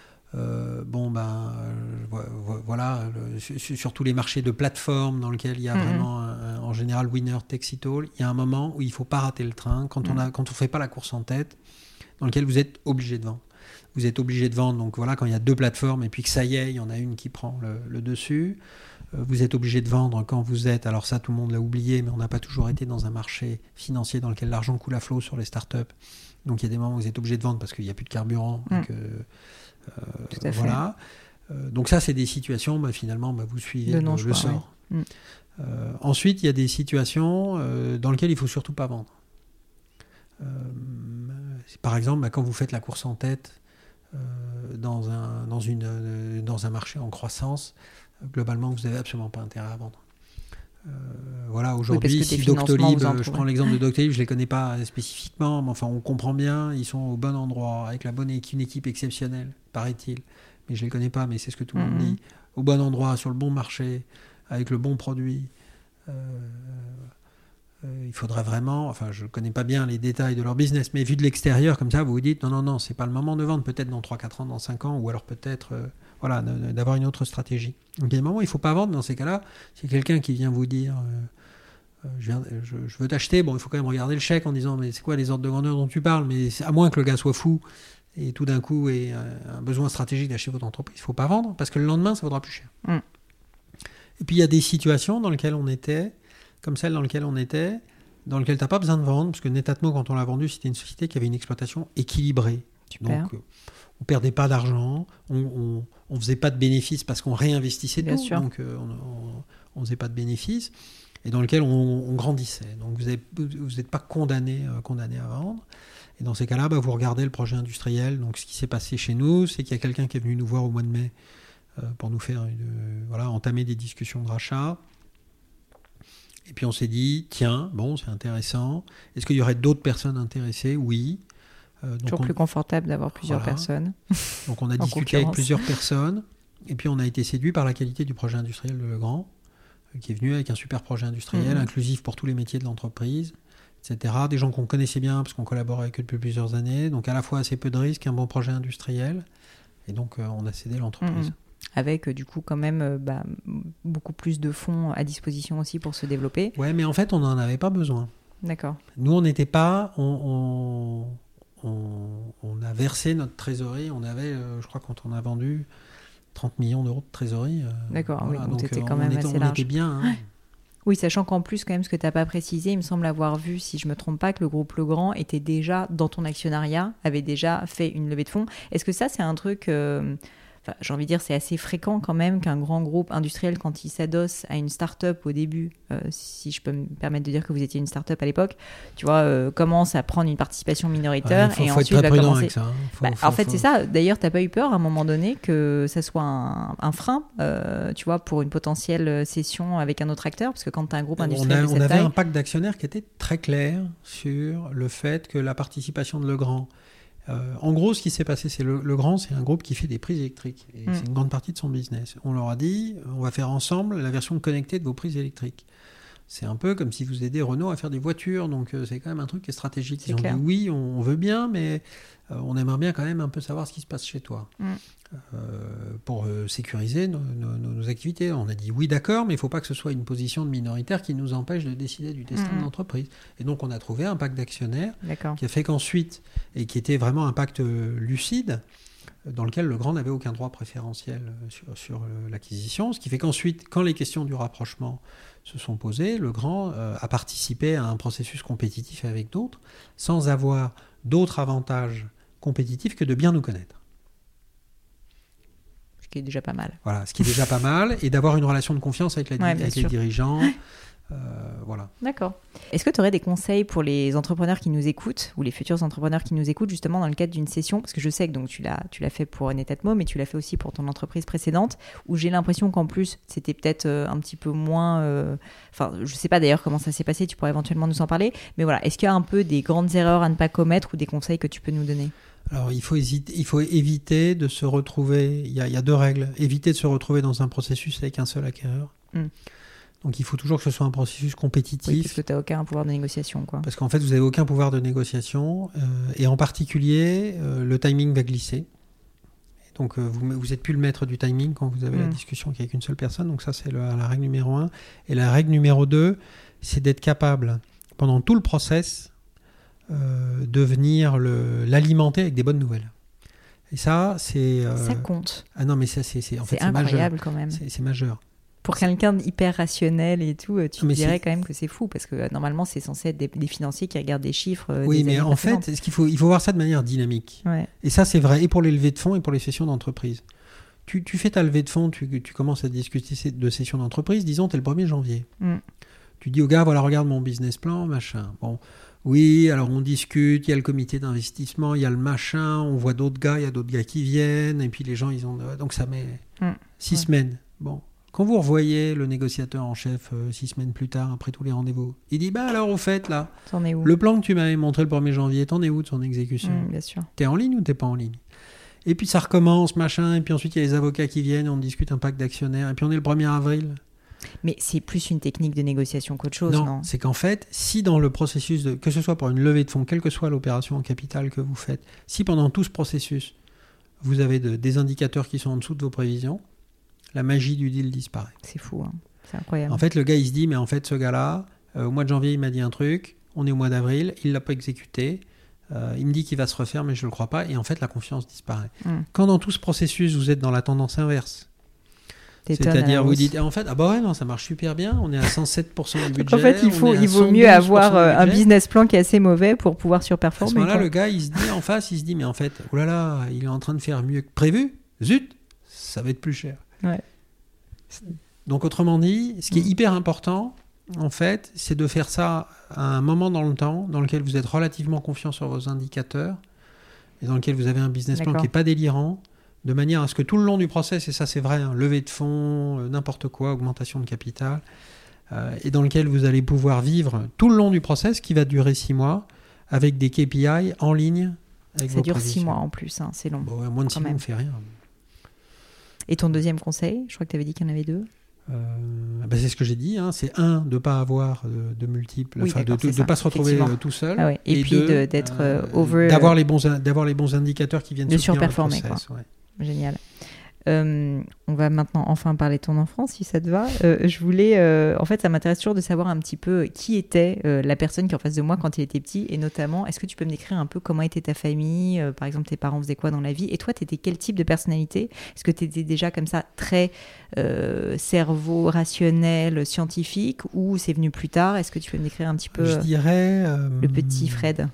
Voilà, sur tous les marchés de plateforme dans lesquels il y a vraiment en général winner takes it all, il y a un moment où il ne faut pas rater le train quand on ne fait pas la course en tête, dans lequel vous êtes obligé de vendre. Vous êtes obligé de vendre, donc voilà, quand il y a 2 plateformes et puis que ça y est, il y en a une qui prend le dessus. Vous êtes obligé de vendre quand vous êtes, alors ça tout le monde l'a oublié, mais on n'a pas toujours été dans un marché financier dans lequel l'argent coule à flot sur les startups. Donc il y a des moments où vous êtes obligé de vendre parce qu'il n'y a plus de carburant.
Tout à
voilà. Donc ça c'est des situations, finalement vous suivez le sort.
Ouais.
Ensuite il y a des situations dans lesquelles il ne faut surtout pas vendre. Par exemple quand vous faites la course en tête dans un marché en croissance, globalement vous n'avez absolument pas intérêt à vendre. Voilà, aujourd'hui, si Doctolib, je prends l'exemple de Doctolib, je ne les connais pas spécifiquement, mais enfin on comprend bien, ils sont au bon endroit, avec une équipe exceptionnelle, paraît-il, mais je ne les connais pas, mais c'est ce que tout le monde dit, au bon endroit, sur le bon marché, avec le bon produit. Il faudrait vraiment, je ne connais pas bien les détails de leur business, mais vu de l'extérieur, comme ça, vous vous dites, non, c'est pas le moment de vendre, peut-être dans 3-4 ans, dans 5 ans, ou alors peut-être d'avoir une autre stratégie. Donc il y a des moments où il ne faut pas vendre, dans ces cas-là, c'est quelqu'un qui vient vous dire, je veux t'acheter, il faut quand même regarder le chèque en disant, mais c'est quoi les ordres de grandeur dont tu parles, mais à moins que le gars soit fou, et tout d'un coup ait un besoin stratégique d'acheter votre entreprise, il ne faut pas vendre, parce que le lendemain, ça vaudra plus cher. Et puis il y a des situations dans lesquelles on était, comme celle dans laquelle on était, dans laquelle tu n'as pas besoin de vendre, parce que Netatmo, quand on l'a vendu, c'était une société qui avait une exploitation équilibrée.
Super.
Donc, on ne perdait pas d'argent, on ne faisait pas de bénéfices parce qu'on réinvestissait
Bien
tout,
sûr.
donc on ne faisait pas de bénéfices, et dans lequel on grandissait. Donc vous n'êtes pas condamné à vendre. Et dans ces cas-là, vous regardez le projet industriel. Donc ce qui s'est passé chez nous, c'est qu'il y a quelqu'un qui est venu nous voir au mois de mai pour nous faire entamer des discussions de rachat. Et puis on s'est dit, tiens, c'est intéressant. Est-ce qu'il y aurait d'autres personnes intéressées? Oui.
Toujours plus confortable d'avoir plusieurs personnes.
Donc on a discuté avec plusieurs personnes. Et puis on a été séduit par la qualité du projet industriel de Legrand, qui est venu avec un super projet industriel, inclusif pour tous les métiers de l'entreprise, etc. Des gens qu'on connaissait bien, parce qu'on collabore avec eux depuis plusieurs années. Donc à la fois assez peu de risques, un bon projet industriel. Et donc on a cédé l'entreprise.
Avec du coup quand même beaucoup plus de fonds à disposition aussi pour se développer.
Ouais, mais en fait on n'en avait pas besoin.
D'accord.
Nous on n'était pas, on a versé notre trésorerie, on avait, je crois quand on a vendu 30 millions d'euros de trésorerie.
D'accord,
voilà,
donc c'était quand même assez
on
large.
était bien. Hein.
Oui, sachant qu'en plus, quand même, ce que tu n'as pas précisé, il me semble avoir vu, si je ne me trompe pas, que le groupe Legrand était déjà dans ton actionnariat, avait déjà fait une levée de fonds. Est-ce que ça, c'est un truc... j'ai envie de dire, c'est assez fréquent quand même qu'un grand groupe industriel, quand il s'adosse à une start-up au début, si je peux me permettre de dire que vous étiez une start-up à l'époque, tu vois, commence à prendre une participation minoritaire
et
ensuite
être très
va
prudent
commencer.
avec ça.
En fait, c'est ça. D'ailleurs, tu n'as pas eu peur à un moment donné que ça soit un frein, tu vois, pour une potentielle cession avec un autre acteur, parce que quand tu as un groupe industriel de cette
avait
taille...
un pacte d'actionnaires qui était très clair sur le fait que la participation de Legrand. En gros, ce qui s'est passé, c'est Legrand, c'est un groupe qui fait des prises électriques. Et c'est une grande partie de son business. On leur a dit, on va faire ensemble la version connectée de vos prises électriques. C'est un peu comme si vous aidez Renault à faire des voitures, donc c'est quand même un truc qui est stratégique.
C'est
Ils ont
clair.
dit oui, on veut bien, mais on aimerait bien quand même un peu savoir ce qui se passe chez toi. Pour sécuriser nos activités. On a dit oui, d'accord, mais il ne faut pas que ce soit une position de minoritaire qui nous empêche de décider du destin de l'entreprise. Et donc on a trouvé un pacte d'actionnaires qui a fait qu'ensuite, et qui était vraiment un pacte lucide, dans lequel le grand n'avait aucun droit préférentiel sur l'acquisition, ce qui fait qu'ensuite, quand les questions du rapprochement se sont posées, le grand a participé à un processus compétitif avec d'autres, sans avoir d'autres avantages compétitifs que de bien nous connaître.
Ce qui est déjà pas mal.
Voilà, ce qui est déjà pas mal, et d'avoir une relation de confiance avec les dirigeants. Voilà.
D'accord. Est-ce que tu aurais des conseils pour les entrepreneurs qui nous écoutent, ou les futurs entrepreneurs qui nous écoutent, justement dans le cadre d'une session? Parce que je sais que donc, tu l'as fait pour Netatmo, mais tu l'as fait aussi pour ton entreprise précédente, où j'ai l'impression qu'en plus, c'était peut-être un petit peu moins... Enfin, je sais pas d'ailleurs comment ça s'est passé, tu pourrais éventuellement nous en parler. Mais voilà, est-ce qu'il y a un peu des grandes erreurs à ne pas commettre ou des conseils que tu peux nous donner?
Alors, il faut éviter de se retrouver... Il y a 2 règles. Éviter de se retrouver dans un processus avec un seul acquéreur. Donc, il faut toujours que ce soit un processus compétitif.
Oui, parce que tu n'as aucun pouvoir de négociation, quoi.
Parce qu'en fait, vous n'avez aucun pouvoir de négociation. Et en particulier, le timing va glisser. Et donc, vous n'êtes plus le maître du timing quand vous avez la discussion avec une seule personne. Donc, ça, c'est la règle numéro 1. Et la règle numéro 2, c'est d'être capable, pendant tout le process... de venir l'alimenter avec des bonnes nouvelles. Et ça, c'est...
Ça compte.
Ah non, mais ça, c'est
incroyable
majeur.
Quand même.
C'est majeur.
Pour quelqu'un d'hyper rationnel et tout, tu dirais quand même que c'est fou, parce que normalement, c'est censé être des financiers qui regardent des chiffres.
Oui, mais en fait, il faut voir ça de manière dynamique.
Ouais.
Et ça, c'est vrai, et pour les levées de fonds et pour les sessions d'entreprise. Tu fais ta levée de fonds, tu commences à discuter de sessions d'entreprise, disons, t'es le 1er janvier. Tu dis au gars, voilà, regarde mon business plan, machin. Bon... Oui, alors on discute, il y a le comité d'investissement, il y a le machin, on voit d'autres gars, il y a d'autres gars qui viennent, et puis les gens, ils ont... Donc ça met 6 semaines. Bon, quand vous revoyez le négociateur en chef 6 semaines plus tard, après tous les rendez-vous, il dit, bah alors au fait, là,
t'en es où?
Le plan que tu m'avais montré le 1er janvier, t'en es où de son exécution?
Bien sûr.
T'es en ligne ou t'es pas en ligne? Et puis ça recommence, machin, et puis ensuite il y a les avocats qui viennent, on discute un pacte d'actionnaires, et puis on est le 1er avril.
Mais c'est plus une technique de négociation qu'autre chose, non?
C'est qu'en fait, si dans le processus, que ce soit pour une levée de fonds, quelle que soit l'opération en capital que vous faites, si pendant tout ce processus, vous avez des indicateurs qui sont en dessous de vos prévisions, la magie du deal disparaît.
C'est fou, hein. C'est incroyable.
En fait, le gars, il se dit, mais en fait, ce gars-là, au mois de janvier, il m'a dit un truc, on est au mois d'avril, il ne l'a pas exécuté, il me dit qu'il va se refaire, mais je ne le crois pas, et en fait, la confiance disparaît. Quand dans tout ce processus, vous êtes dans la tendance inverse, c'est-à-dire, vous dites, en fait, ah bah ouais, non, ça marche super bien, on est à 107% du budget.
En fait, il vaut mieux avoir un business plan qui est assez mauvais pour pouvoir surperformer.
À ce moment-là, le gars, il se dit en face, il se dit, mais en fait, oh là là, il est en train de faire mieux que prévu, zut, ça va être plus cher.
Ouais.
Donc, autrement dit, ce qui est hyper important, en fait, c'est de faire ça à un moment dans le temps dans lequel vous êtes relativement confiant sur vos indicateurs et dans lequel vous avez un business plan qui n'est pas délirant, de manière à ce que tout le long du process, et ça c'est vrai, hein, levée de fonds, n'importe quoi, augmentation de capital, et dans lequel vous allez pouvoir vivre tout le long du process qui va durer 6 mois avec des KPI en ligne avec vos prévisions. Ça dure 6
mois en plus, hein, c'est long.
Bon, moins de 6 mois, on ne fait rien.
Et ton deuxième conseil, je crois que tu avais dit qu'il y en avait 2.
C'est ce que j'ai dit, hein, c'est de ne pas avoir de multiples, de ne pas se retrouver tout seul,
et puis d'être
d'avoir les bons indicateurs qui viennent
de
soutenir
surperformer,
le process. Ouais.
Génial. On va maintenant enfin parler de ton enfance, si ça te va. Je voulais, en fait, ça m'intéresse toujours de savoir un petit peu qui était la personne qui est en face de moi quand il était petit, et notamment, est-ce que tu peux me décrire un peu comment était ta famille, par exemple, tes parents faisaient quoi dans la vie, et toi, tu étais quel type de personnalité? Est-ce que tu étais déjà comme ça, très cerveau rationnel, scientifique, ou c'est venu plus tard? Est-ce que tu peux me décrire un petit peu
je dirais,
le petit Fred?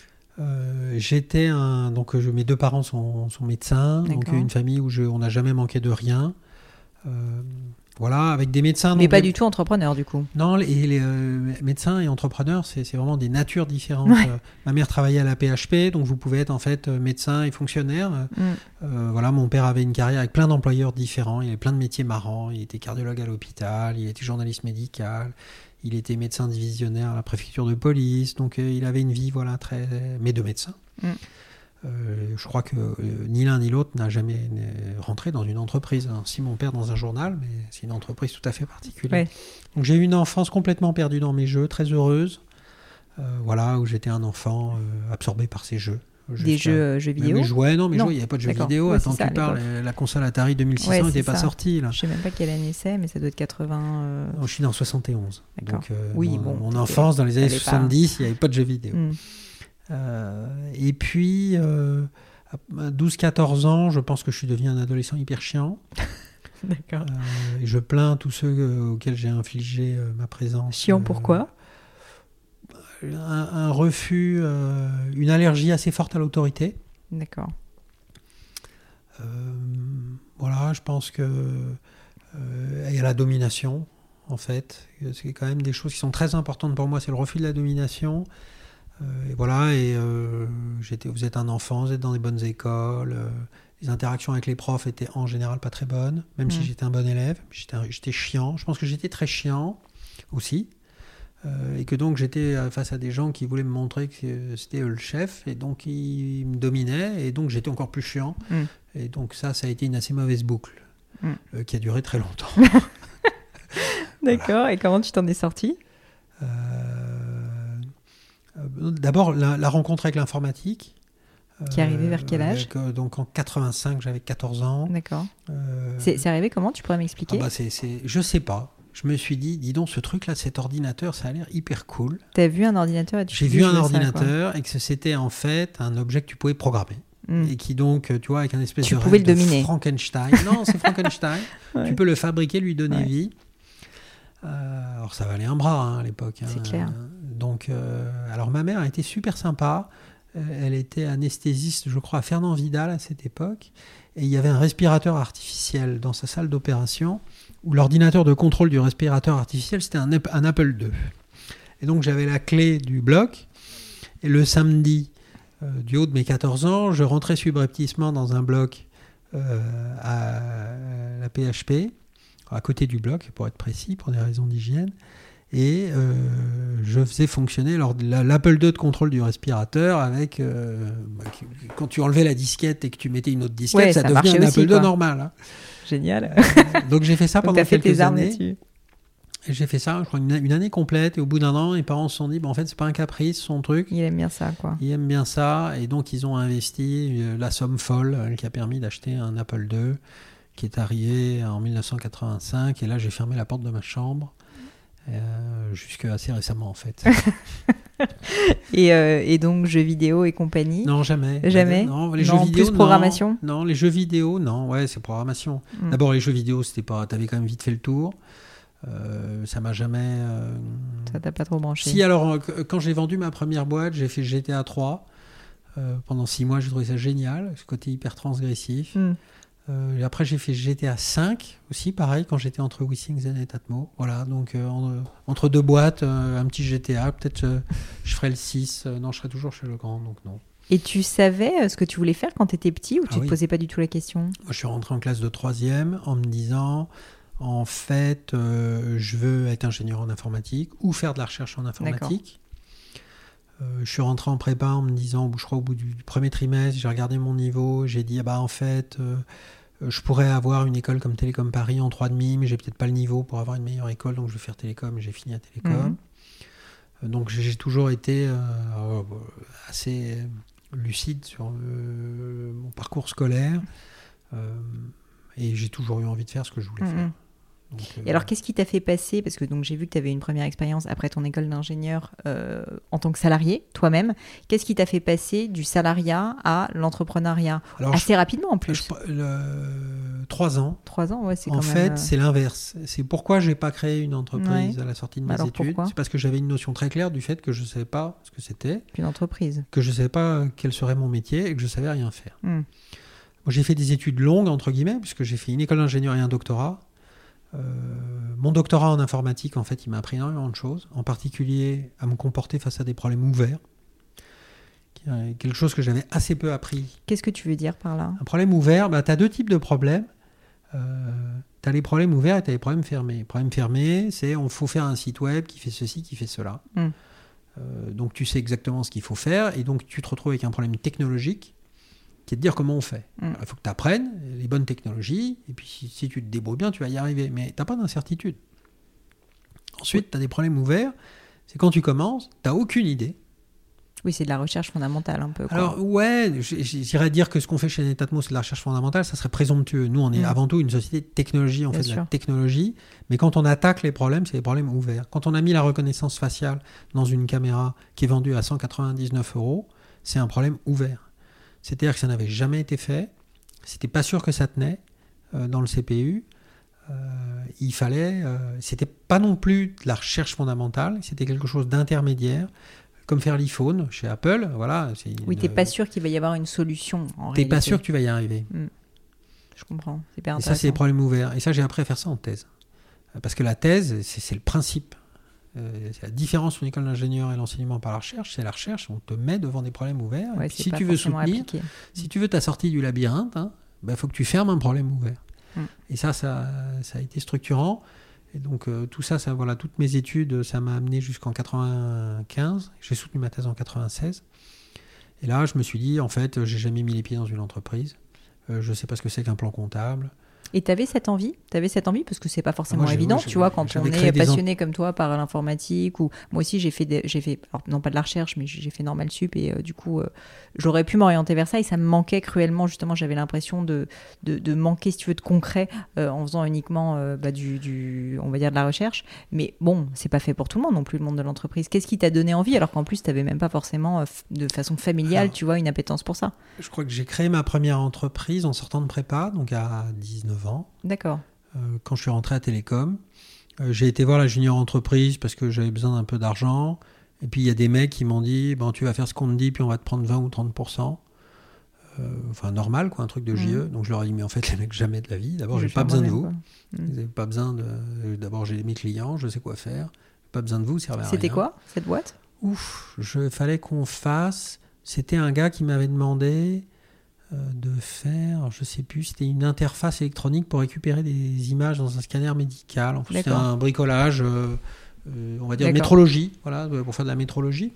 Mes 2 parents sont médecins, donc une famille où on n'a jamais manqué de rien. Voilà, avec des médecins.
Mais pas du tout entrepreneurs, du coup.
Non, les médecins et entrepreneurs, c'est vraiment des natures différentes. Ouais. Ma mère travaillait à la PHP, donc vous pouvez être en fait médecin et fonctionnaire. Voilà, mon père avait une carrière avec plein d'employeurs différents. Il avait plein de métiers marrants. Il était cardiologue à l'hôpital, il était journaliste médical. Il était médecin divisionnaire à la préfecture de police, donc il avait une vie, voilà, mais de médecin. Je crois que ni l'un ni l'autre n'a jamais rentré dans une entreprise. Hein. Si mon père dans un journal, mais c'est une entreprise tout à fait particulière.
Ouais.
Donc j'ai eu une enfance complètement perdue dans mes jeux, très heureuse. Voilà, où j'étais un enfant absorbé par ces jeux.
Des jeux vidéo.
Mes jouets, non, mais
Non.
il n'y avait pas de jeux
D'accord.
vidéo.
Ouais,
Attends,
c'est ça,
tu parles, la console Atari 2600
Ouais,
n'était
c'est
pas
ça.
sortie. Là.
Je sais même pas quelle année c'est, mais ça doit être 80.
Non, je suis né en 71.
D'accord.
Donc,
Oui, bon,
mon enfance, dans les années
t'avais pas-
70, il n'y avait pas de jeux vidéo.
Hmm.
Et puis, à 12-14 ans, je pense que je suis devenu un adolescent hyper chiant.
D'accord.
Et je plains tous ceux auxquels j'ai infligé ma présence.
Chiant, pourquoi?
Un refus, une allergie assez forte à l'autorité.
D'accord.
Voilà, je pense que et à la domination, en fait. C'est quand même des choses qui sont très importantes pour moi. C'est le refus de la domination. Et voilà, vous êtes un enfant, vous êtes dans des bonnes écoles. Les interactions avec les profs étaient en général pas très bonnes, même si j'étais un bon élève. J'étais chiant. Je pense que j'étais très chiant aussi. Et que donc j'étais face à des gens qui voulaient me montrer que c'était eux le chef, et donc ils me dominaient, et donc j'étais encore plus chiant. Et donc ça a été une assez mauvaise boucle, qui a duré très longtemps.
D'accord, voilà. Et comment tu t'en es sorti?
D'abord, la rencontre avec l'informatique.
Qui est arrivée vers quel âge?
Donc en 85, j'avais 14 ans.
D'accord. C'est arrivé comment? Tu pourrais m'expliquer?
Je sais pas. Je me suis dit, dis donc, ce truc-là, cet ordinateur, ça a l'air hyper cool.
T'as vu un ordinateur et
J'ai vu un ordinateur et que c'était en fait un objet que tu pouvais programmer. Et qui donc, tu vois, avec un espèce
tu
de
pouvais
rêve
le
de
dominer.
Frankenstein. Non, c'est Frankenstein.
Ouais.
Tu peux le fabriquer, lui donner vie. Alors ça valait un bras à l'époque.
C'est clair.
Donc, alors ma mère a été super sympa. Elle était anesthésiste, je crois, à Fernand Vidal à cette époque. Et il y avait un respirateur artificiel dans sa salle d'opération, où l'ordinateur de contrôle du respirateur artificiel, c'était un Apple II. Et donc j'avais la clé du bloc. Et le samedi, du haut de mes 14 ans, je rentrais subrepticement dans un bloc à la PHP, à côté du bloc, pour être précis, pour des raisons d'hygiène. Et je faisais fonctionner l'Apple II de contrôle du respirateur avec... quand tu enlevais la disquette et que tu mettais une autre disquette, ça devenait un Apple II normal. Hein.
Génial.
Donc j'ai fait ça pendant quelques années.
Là-dessus.
Et j'ai fait ça, je crois, une année complète. Et au bout d'un an, les parents se sont dit, en fait, c'est pas un caprice, son truc.
Il aime bien ça, quoi.
Il aime bien ça. Et donc, ils ont investi la somme folle qui a permis d'acheter un Apple II qui est arrivé en 1985. Et là, j'ai fermé la porte de ma chambre. Jusqu'à assez récemment, en fait.
Et donc, jeux vidéo et compagnie?
Non, jamais.
Jamais?
Non, les jeux vidéo,
plus programmation?
Non, les jeux vidéo, non. Ouais, c'est programmation. D'abord, les jeux vidéo, c'était pas... T'avais quand même vite fait le tour. Ça m'a jamais...
Ça t'a pas trop branché?
Si, alors, quand j'ai vendu ma première boîte, j'ai fait GTA 3. Pendant 6 mois, j'ai trouvé ça génial, ce côté hyper transgressif. Et après, j'ai fait GTA 5 aussi, pareil, quand j'étais entre WeSing et Netatmo. Voilà, donc entre deux boîtes, un petit GTA. Peut-être je ferai le 6. Non, je serai toujours chez Legrand, donc non.
Et tu savais ce que tu voulais faire quand tu étais petit, ou tu te posais pas du tout la question?
Moi, je suis rentré en classe de 3e en me disant... En fait, je veux être ingénieur en informatique ou faire de la recherche en informatique. Je suis rentré en prépa en me disant, je crois au bout du premier trimestre, j'ai regardé mon niveau, j'ai dit, en fait, je pourrais avoir une école comme Télécom Paris en 3,5, mais j'ai peut-être pas le niveau pour avoir une meilleure école, donc je vais faire Télécom, et j'ai fini à Télécom. Donc j'ai toujours été assez lucide sur mon parcours scolaire, et j'ai toujours eu envie de faire ce que je voulais faire. Donc,
et alors, qu'est-ce qui t'a fait passer, parce que donc, j'ai vu que tu avais une première expérience après ton école d'ingénieur en tant que salarié, toi-même. Qu'est-ce qui t'a fait passer du salariat à l'entrepreneuriat? Assez rapidement en plus.
3 ans.
3 ans, ouais, c'est quand
même... En fait, c'est l'inverse. C'est pourquoi je n'ai pas créé une entreprise à la sortie de mes études. C'est parce que j'avais une notion très claire du fait que je ne savais pas ce que c'était.
Une entreprise.
Que je ne savais pas quel serait mon métier et que je ne savais rien faire. Moi, j'ai fait des études longues, entre guillemets, puisque j'ai fait une école d'ingénieur et un doctorat. Mon doctorat en informatique, en fait, il m'a appris énormément de choses, en particulier à me comporter face à des problèmes ouverts, quelque chose que j'avais assez peu appris.
Qu'est-ce que tu veux dire par là? Un
problème ouvert, tu as 2 types de problèmes. Tu as les problèmes ouverts et tu as les problèmes fermés. Les problèmes fermés, c'est il faut faire un site web qui fait ceci, qui fait cela. Donc tu sais exactement ce qu'il faut faire, et donc tu te retrouves avec un problème technologique qui est de dire comment on fait. Il faut que tu apprennes les bonnes technologies, et puis si tu te débrouilles bien, tu vas y arriver. Mais tu n'as pas d'incertitude. Ensuite, tu as des problèmes ouverts. C'est quand tu commences, tu n'as aucune idée.
Oui, c'est de la recherche fondamentale un peu. Quoi.
Alors, ouais, j'irais dire que ce qu'on fait chez Netatmo, c'est de la recherche fondamentale, ça serait présomptueux. Nous, on est avant tout une société de technologie, on fait de la technologie, mais quand on attaque les problèmes, c'est des problèmes ouverts. Quand on a mis la reconnaissance faciale dans une caméra qui est vendue à 199 €, c'est un problème ouvert. C'est-à-dire que ça n'avait jamais été fait, c'était pas sûr que ça tenait dans le CPU. Il fallait, c'était pas non plus de la recherche fondamentale, c'était quelque chose d'intermédiaire. Comme faire l'iPhone chez Apple, voilà.
Oui, t'es pas sûr qu'il va y avoir une solution.
T'es pas sûr que tu vas y arriver.
Je comprends. C'est hyper
intéressant. Et ça, c'est les problèmes ouverts. Et ça, j'ai appris à faire ça en thèse. Parce que la thèse, c'est le principe. C'est la différence entre l'école d'ingénieur et l'enseignement par la recherche. C'est la recherche, on te met devant des problèmes ouverts.
Ouais,
si tu veux soutenir, si tu veux ta sortie du labyrinthe, faut que tu fermes un problème ouvert. Et ça a été structurant. Et donc tout ça, voilà, toutes mes études, ça m'a amené jusqu'en 95. J'ai soutenu ma thèse en 96. Et là, je me suis dit, en fait, j'ai jamais mis les pieds dans une entreprise. Je sais pas ce que c'est qu'un plan comptable.
Et tu avais cette envie parce que c'est pas forcément évident, tu vois, quand on est passionné comme toi par l'informatique, ou moi aussi j'ai fait alors, non pas de la recherche, mais j'ai fait Normal Sup, et du coup j'aurais pu m'orienter vers ça, et ça me manquait cruellement, justement. J'avais l'impression de manquer, si tu veux, de concret en faisant uniquement on va dire de la recherche. Mais bon, c'est pas fait pour tout le monde non plus, le monde de l'entreprise. Qu'est-ce qui t'a donné envie, alors qu'en plus t'avais même pas forcément de façon familiale, tu vois, une appétence pour ça?
Je crois que j'ai créé ma première entreprise en sortant de prépa, donc à 19 ans.
D'accord.
Quand je suis rentré à Télécom, j'ai été voir la junior entreprise parce que j'avais besoin d'un peu d'argent. Et puis il y a des mecs qui m'ont dit, tu vas faire ce qu'on te dit, puis on va te prendre 20 ou 30%. Enfin normal, quoi, un truc de JE. Donc je leur ai dit, mais en fait les mecs, jamais de la vie. D'abord, j'ai pas besoin de vous. Vous n'avez pas besoin de. D'abord, j'ai mes clients, je sais quoi faire. Pas besoin de vous, ça servait à rien.
C'était quoi cette boîte?
Fallait qu'on fasse. C'était un gars qui m'avait demandé de faire, je sais plus, c'était une interface électronique pour récupérer des images dans un scanner médical. En fait, c'était un bricolage, on va dire métrologie, voilà, pour faire de la métrologie.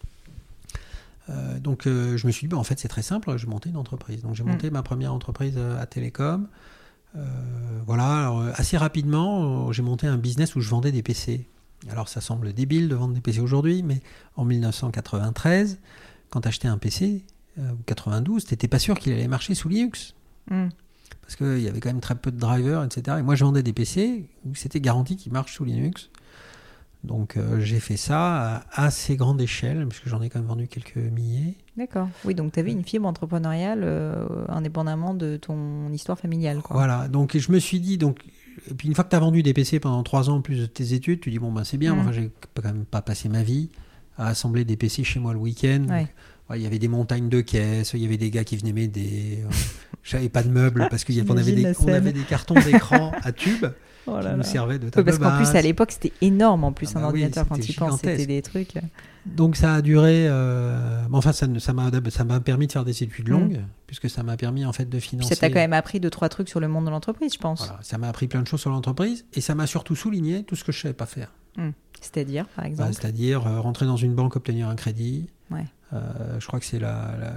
Donc je me suis dit, en fait c'est très simple, je vais monter une entreprise. Donc j'ai monté ma première entreprise à Télécom. Voilà, alors, assez rapidement, j'ai monté un business où je vendais des PC. Alors ça semble débile de vendre des PC aujourd'hui, mais en 1993, quand tu achetais un PC, ou 92, t'étais pas sûr qu'il allait marcher sous Linux. Parce qu'il y avait quand même très peu de drivers, etc. Et moi, je vendais des PC où c'était garanti qu'ils marchent sous Linux. Donc, j'ai fait ça à assez grande échelle, parce que j'en ai quand même vendu quelques milliers.
D'accord. Oui, donc tu avais une fibre entrepreneuriale indépendamment de ton histoire familiale, quoi.
Voilà. Donc, je me suis dit... Et puis, une fois que tu as vendu des PC pendant 3 ans en plus de tes études, tu dis, c'est bien. Enfin, j'ai quand même pas passé ma vie à assembler des PC chez moi le week-end.
Ouais.
Il y avait des montagnes de caisses, il y avait des gars qui venaient m'aider. J'avais pas de meubles parce qu'on avait des cartons d'écran à tubes qui nous servaient de table
basse. Parce qu'en plus, à l'époque, c'était énorme. En plus, un ordinateur, quand tu penses, c'était des trucs.
Donc, ça a duré. Ça m'a permis de faire des études longues, puisque ça m'a permis en fait de financer.
Puis ça t'a quand même appris 2-3 trucs sur le monde de l'entreprise, je pense.
Voilà, ça m'a appris plein de choses sur l'entreprise, et ça m'a surtout souligné tout ce que je savais pas faire.
C'est-à-dire, par exemple
c'est-à-dire rentrer dans une banque, obtenir un crédit.
Ouais.
Je crois que c'est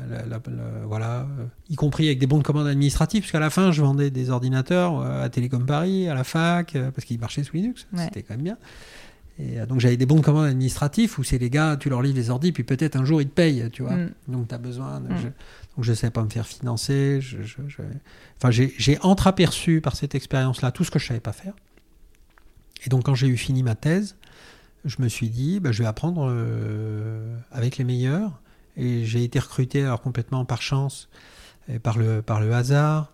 voilà, y compris avec des bons de commande administratifs, parce qu'à la fin, je vendais des ordinateurs à Télécom Paris, à la fac, parce qu'ils marchaient sous Linux. Ouais. C'était quand même bien. Et donc, j'avais des bons de commande administratifs où c'est les gars, tu leur livres les ordis, puis peut-être un jour, ils te payent, tu vois. Donc, tu as besoin. Donc, je ne sais pas me faire financer. Enfin, j'ai entreaperçu par cette expérience-là tout ce que je ne savais pas faire. Et donc, quand j'ai eu fini ma thèse, je me suis dit, je vais apprendre avec les meilleurs. Et j'ai été recruté, alors complètement par chance, et par le hasard,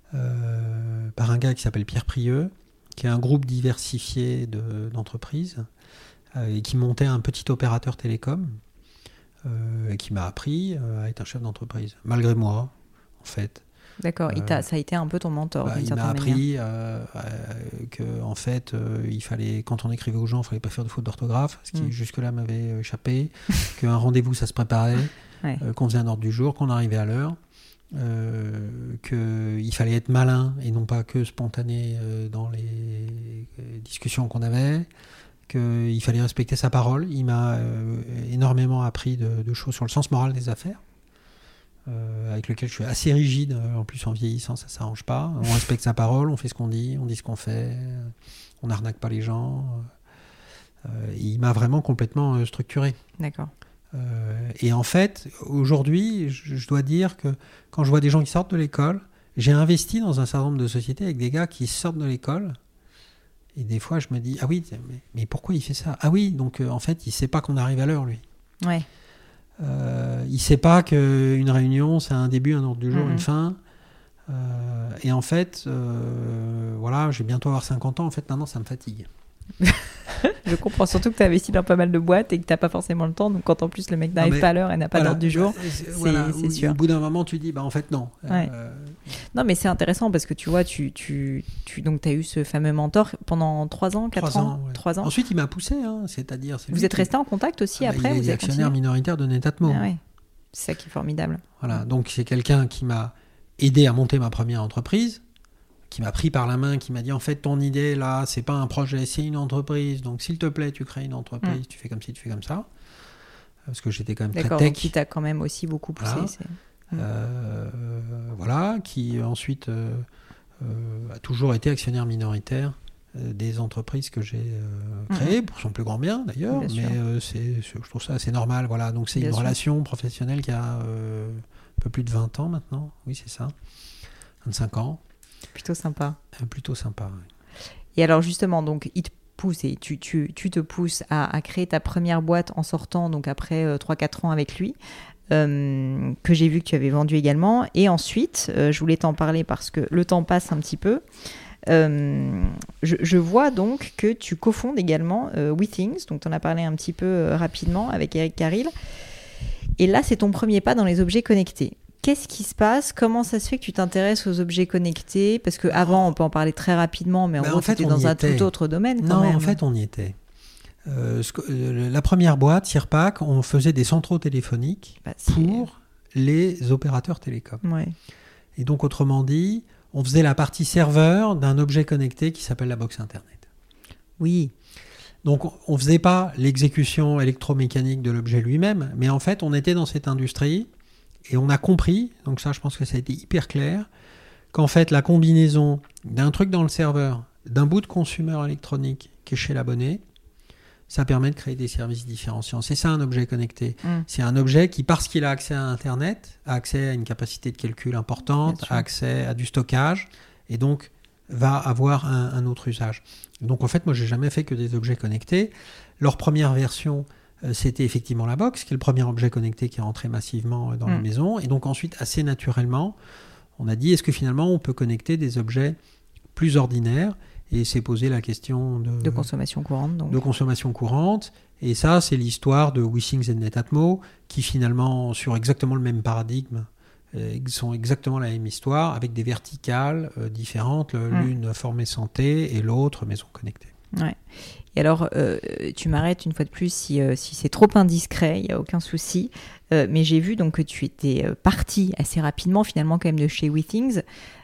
par un gars qui s'appelle Pierre Prieux, qui est un groupe diversifié d'entreprises, et qui montait un petit opérateur télécom, et qui m'a appris à être un chef d'entreprise, malgré moi, en fait.
D'accord, ça a été un peu ton mentor, d'une certaine manière.
Il m'a appris qu'en fait, il fallait, quand on écrivait aux gens, il ne fallait pas faire de faute d'orthographe, ce qui jusque-là m'avait échappé, qu'un rendez-vous, ça se préparait, qu'on faisait un ordre du jour, qu'on arrivait à l'heure, qu'il fallait être malin et non pas que spontané dans les discussions qu'on avait, qu'il fallait respecter sa parole. Il m'a énormément appris de choses sur le sens moral des affaires. avec lequel je suis assez rigide. En plus, en vieillissant, ça ne s'arrange pas. On respecte sa parole, on fait ce qu'on dit, on dit ce qu'on fait, on n'arnaque pas les gens. Il m'a vraiment complètement structuré.
D'accord.
Et en fait, aujourd'hui, je dois dire que quand je vois des gens qui sortent de l'école, j'ai investi dans un certain nombre de sociétés avec des gars qui sortent de l'école. Et des fois, je me dis, ah oui, mais pourquoi il fait ça ? Ah oui, donc en fait, il ne sait pas qu'on arrive à l'heure, lui.
Ouais.
Il ne sait pas qu'une réunion, c'est un début, un ordre du jour, une fin. Et en fait, voilà, je vais bientôt avoir 50 ans. En fait, maintenant, ça me fatigue.
Je comprends surtout que tu as investi dans pas mal de boîtes et que tu n'as pas forcément le temps. Donc, quand en plus le mec n'arrive pas à l'heure et n'a pas d'ordre du jour, c'est sûr.
Au bout d'un moment, tu dis, en fait, non.
Ouais. Non, mais c'est intéressant parce que tu vois, donc, tu as eu ce fameux mentor pendant 3 ans, 4 ans.
Ouais.
3 ans.
Ensuite, il m'a poussé, c'est-à-dire...
Vous êtes resté en contact aussi après?
Il est actionnaire minoritaire de Netatmo.
Ah ouais. C'est ça qui est formidable.
Voilà, donc c'est quelqu'un qui m'a aidé à monter ma première entreprise, qui m'a pris par la main, qui m'a dit en fait ton idée là, c'est pas un projet, c'est une entreprise, donc s'il te plaît tu crées une entreprise, tu fais comme ci, tu fais comme ça, parce que j'étais quand même très tech.
Donc qui t'a quand même aussi beaucoup poussé.
Voilà, qui ensuite a toujours été actionnaire minoritaire des entreprises que j'ai créées, pour son plus grand bien d'ailleurs, mais je trouve ça assez normal. Voilà, donc c'est une relation professionnelle qui a un peu plus de 20 ans maintenant, oui c'est ça, 25 ans.
Plutôt sympa.
Plutôt sympa, oui.
Et alors justement, donc il te pousse et tu te pousses à créer ta première boîte en sortant, donc après 3-4 ans avec lui, que j'ai vu que tu avais vendu également. Et ensuite, je voulais t'en parler parce que le temps passe un petit peu. Je vois donc que tu cofondes également WeThings, donc tu en as parlé un petit peu rapidement avec Eric Carril. Et là, c'est ton premier pas dans les objets connectés. Qu'est-ce qui se passe ? Comment ça se fait que tu t'intéresses aux objets connectés ? Parce qu'avant, on peut en parler très rapidement, mais en gros, c'était dans un tout autre domaine quand même.
Non, en fait, on y était. La première boîte, Sirpac, on faisait des centraux téléphoniques pour les opérateurs télécoms.
Ouais.
Et donc, autrement dit, on faisait la partie serveur d'un objet connecté qui s'appelle la box Internet.
Oui.
Donc, on ne faisait pas l'exécution électromécanique de l'objet lui-même, mais en fait, on était dans cette industrie et on a compris, donc ça, je pense que ça a été hyper clair, qu'en fait, la combinaison d'un truc dans le serveur, d'un bout de consumer électronique qui est chez l'abonné, ça permet de créer des services différenciants. C'est ça un objet connecté. C'est un objet qui, parce qu'il a accès à Internet, a accès à une capacité de calcul importante, a accès à du stockage, et donc va avoir un autre usage. Donc en fait, moi, j'ai jamais fait que des objets connectés. Leur première version, c'était effectivement la box, qui est le premier objet connecté qui est rentré massivement dans les maisons. Et donc ensuite, assez naturellement, on a dit, est-ce que finalement, on peut connecter des objets plus ordinaires ? Et c'est posé la question de
consommation courante. Donc.
De consommation courante. Et ça, c'est l'histoire de WeThings et de Netatmo, qui finalement, sur exactement le même paradigme, sont exactement la même histoire, avec des verticales différentes, l'une formée santé et l'autre maison connectée.
Ouais. Et alors, tu m'arrêtes une fois de plus si c'est trop indiscret, il n'y a aucun souci. Mais j'ai vu donc que tu étais parti assez rapidement, finalement, quand même, de chez WeThings.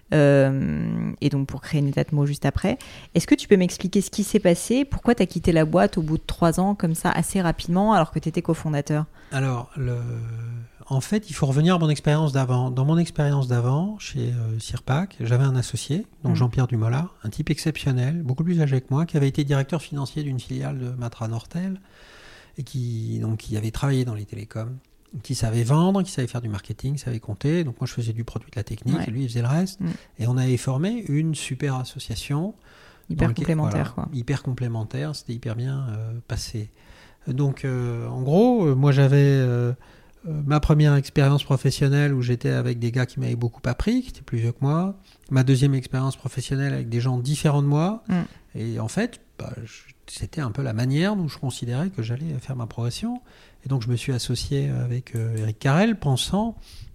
Et donc pour créer Netatmo juste après. Est-ce que tu peux m'expliquer ce qui s'est passé ? Pourquoi tu as quitté la boîte au bout de 3 ans comme ça assez rapidement alors que tu étais cofondateur ?
Alors, en fait, il faut revenir à mon expérience d'avant. Dans mon expérience d'avant, chez Sirpac, j'avais un associé, donc Jean-Pierre Dumollard, un type exceptionnel, beaucoup plus âgé que moi, qui avait été directeur financier d'une filiale de Matra Nortel et qui avait travaillé dans les télécoms, qui savait vendre, qui savait faire du marketing, qui savait compter. Donc moi, je faisais du produit, de la technique, et lui, il faisait le reste. Et on avait formé une super association.
Hyper complémentaire, quoi.
Hyper complémentaire, c'était hyper bien passé. Donc, en gros, moi, j'avais ma première expérience professionnelle où j'étais avec des gars qui m'avaient beaucoup appris, qui étaient plus vieux que moi. Ma deuxième expérience professionnelle avec des gens différents de moi. Et en fait, c'était un peu la manière dont je considérais que j'allais faire ma progression. Et donc, je me suis associé avec Eric Carrel, pensant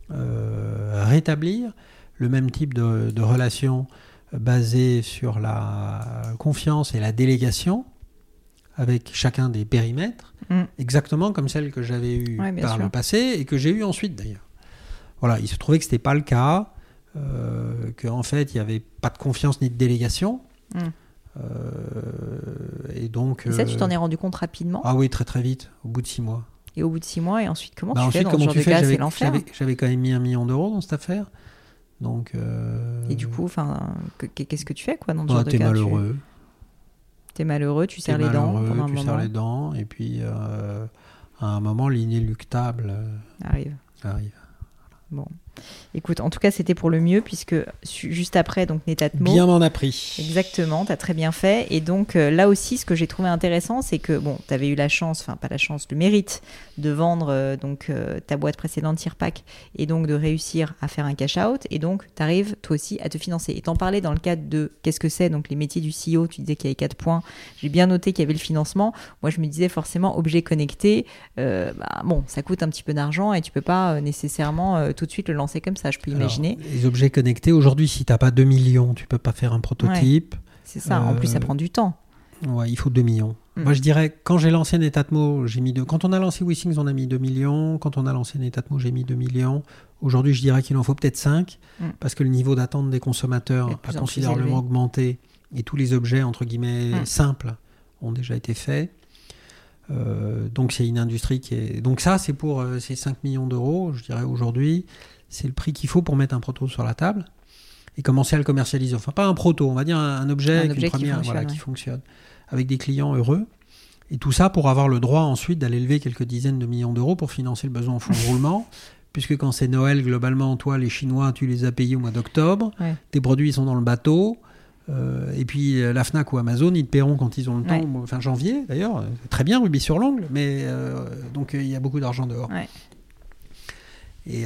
rétablir le même type de relation basée sur la confiance et la délégation avec chacun des périmètres, exactement comme celle que j'avais eue par le passé et que j'ai eue ensuite d'ailleurs. Voilà, il se trouvait que ce n'était pas le cas, qu'en fait, il n'y avait pas de confiance ni de délégation. Et donc,
et ça, tu t'en es rendu compte rapidement ?
Ah oui, très très vite, au bout de 6 mois.
Et au bout de 6 mois, et ensuite, comment tu
ensuite,
fais dans ce genre de cas? C'est l'enfer.
J'avais quand même mis 1 million d'euros dans cette affaire. Donc,
et du coup, qu'est-ce que tu fais quoi, dans ce genre de
t'es
cas?
Malheureux.
T'es malheureux, tu serres les dents pendant un moment.
Tu serres les dents, et puis à un moment, l'inéluctable
arrive. Bon. Écoute, en tout cas, c'était pour le mieux, puisque juste après, donc Netatmo.
Bien m'en a pris.
Exactement, tu as très bien fait. Et donc, là aussi, ce que j'ai trouvé intéressant, c'est que, bon, tu avais eu la chance, enfin, pas la chance, le mérite de vendre ta boîte précédente, Tirpac, et donc de réussir à faire un cash-out. Et donc, tu arrives, toi aussi, à te financer. Et t'en parlais dans le cadre de qu'est-ce que c'est, donc les métiers du CEO. Tu disais qu'il y avait 4 points. J'ai bien noté qu'il y avait le financement. Moi, je me disais forcément, objet connecté, bon, ça coûte un petit peu d'argent et tu peux pas nécessairement tout de suite le lancer comme ça. Je peux imaginer.
Alors, les objets connectés, aujourd'hui, si tu n'as pas 2 millions, tu ne peux pas faire un prototype.
Ouais, c'est ça. En plus, ça prend du temps.
Ouais, il faut 2 millions. Moi, je dirais, quand j'ai lancé Netatmo, j'ai mis 2. Quand on a lancé WeSings, on a mis 2 millions. Quand on a lancé Netatmo, j'ai mis 2 millions. Aujourd'hui, je dirais qu'il en faut peut-être 5, parce que le niveau d'attente des consommateurs a considérablement augmenté et tous les objets, entre guillemets, simples ont déjà été faits. Donc, c'est une industrie qui est... Donc ça, c'est pour ces 5 millions d'euros, je dirais, aujourd'hui. C'est le prix qu'il faut pour mettre un proto sur la table et commencer à le commercialiser. Enfin, pas un proto, on va dire un objet avec une première, qui fonctionne, avec des clients heureux. Et tout ça pour avoir le droit ensuite d'aller lever quelques dizaines de millions d'euros pour financer le besoin en fonds de roulement. Puisque quand c'est Noël, globalement, toi, les Chinois, tu les as payés au mois d'octobre. Ouais. Tes produits sont dans le bateau. Et puis la Fnac ou Amazon, ils te paieront quand ils ont le temps. Enfin, janvier, d'ailleurs. Très bien, rubis sur l'ongle. Mais donc, il y a beaucoup d'argent dehors.
Ouais.
Et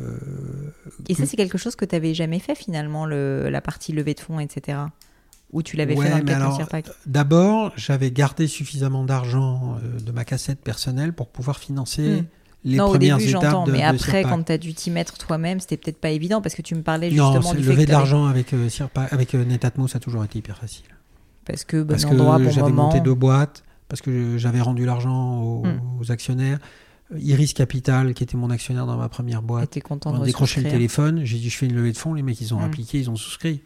ça, c'est quelque chose que tu n'avais jamais fait finalement, la partie levée de fonds, etc. Ou tu l'avais fait dans le cadre de Tirpac?
D'abord, j'avais gardé suffisamment d'argent de ma cassette personnelle pour pouvoir financer les premières étapes de
mais après,
Tirpac.
quand tu as dû t'y mettre toi-même, c'était peut-être pas évident parce que tu me parlais justement du fait
lever de l'argent avec Netatmo, ça a toujours été hyper facile.
Parce que endroit, bon
j'avais
moment.
monté 2 boîtes, parce que j'avais rendu l'argent aux actionnaires. Iris Capital, qui était mon actionnaire dans ma première boîte,
on
a décroché le téléphone. J'ai dit, je fais une levée de fonds. Les mecs, ils ont appliqué, ils ont souscrit.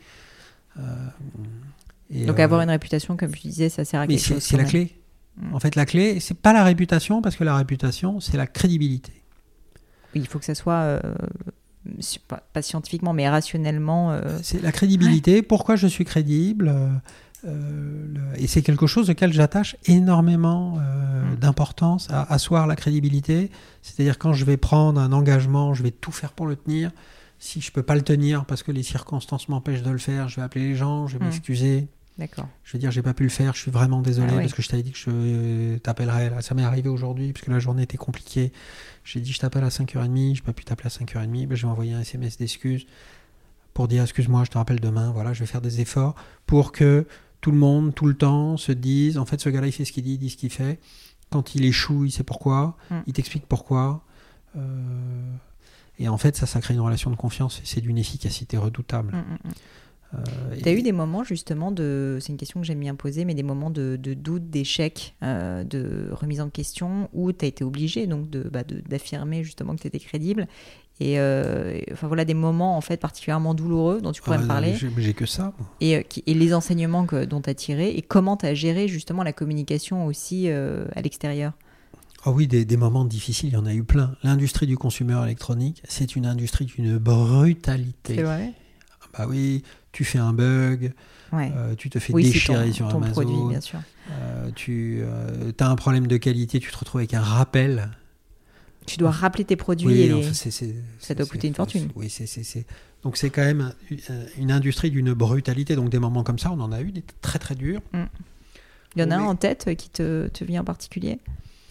Donc, avoir une réputation, comme tu disais, ça sert à quelque chose.
C'est la clé. En fait, la clé, c'est pas la réputation, parce que la réputation, c'est la crédibilité.
Oui, il faut que ça soit, pas scientifiquement, mais rationnellement.
C'est la crédibilité. Ouais. Pourquoi je suis crédible et c'est quelque chose auquel j'attache énormément d'importance, à asseoir la crédibilité. C'est-à-dire quand je vais prendre un engagement, je vais tout faire pour le tenir. Si je peux pas le tenir parce que les circonstances m'empêchent de le faire, je vais appeler les gens, je vais m'excuser.
D'accord.
Je vais dire j'ai pas pu le faire, je suis vraiment désolé parce que je t'avais dit que je t'appellerais. Là, ça m'est arrivé aujourd'hui parce que la journée était compliquée. J'ai dit je t'appelle à 5h30, je peux plus t'appeler à 5h30. Ben, je vais envoyer un SMS d'excuses pour dire excuse-moi, je te rappelle demain. Voilà, je vais faire des efforts pour que tout le monde, tout le temps, se dise en fait ce gars-là il fait ce qu'il dit, il dit ce qu'il fait. Quand il échoue, il sait pourquoi, il t'explique pourquoi. Et en fait, ça crée une relation de confiance et c'est d'une efficacité redoutable.
Tu as eu des moments justement c'est une question que j'aime bien poser, mais des moments de doute, d'échec, de remise en question où tu as été obligé donc d'affirmer justement que tu étais crédible et enfin voilà des moments en fait particulièrement douloureux dont tu pourrais me parler.
J'ai que ça.
Et les enseignements dont tu as tirés et comment tu as géré justement la communication aussi à l'extérieur.
Ah oui, des moments difficiles, il y en a eu plein. L'industrie du consumer électronique, c'est une industrie d'une brutalité.
C'est vrai.
Bah oui, tu fais un bug, tu te fais déchirer sur
ton
Amazon,
produit, bien sûr.
tu as un problème de qualité, tu te retrouves avec un rappel.
Tu dois rappeler tes produits ça doit coûter une fortune.
Oui, donc c'est quand même une industrie d'une brutalité. Donc des moments comme ça, on en a eu des très très durs.
Il y en a un en tête qui te vient en particulier?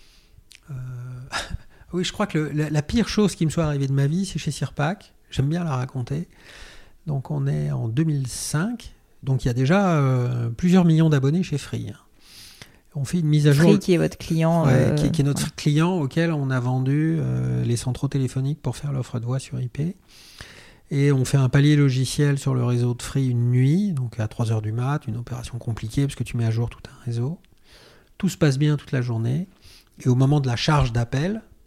Oui, je crois que la pire chose qui me soit arrivée de ma vie, c'est chez Tirpac. J'aime bien la raconter. Donc on est en 2005, donc il y a déjà plusieurs millions d'abonnés chez Free. On fait une mise à jour.
Free qui est votre client.
Qui est notre client auquel on a vendu les centraux téléphoniques pour faire l'offre de voix sur IP. Et on fait un palier logiciel sur le réseau de Free une nuit, donc à 3h du mat, une opération compliquée parce que tu mets à jour tout un réseau. Tout se passe bien toute la journée. Et au moment de la charge d'appel,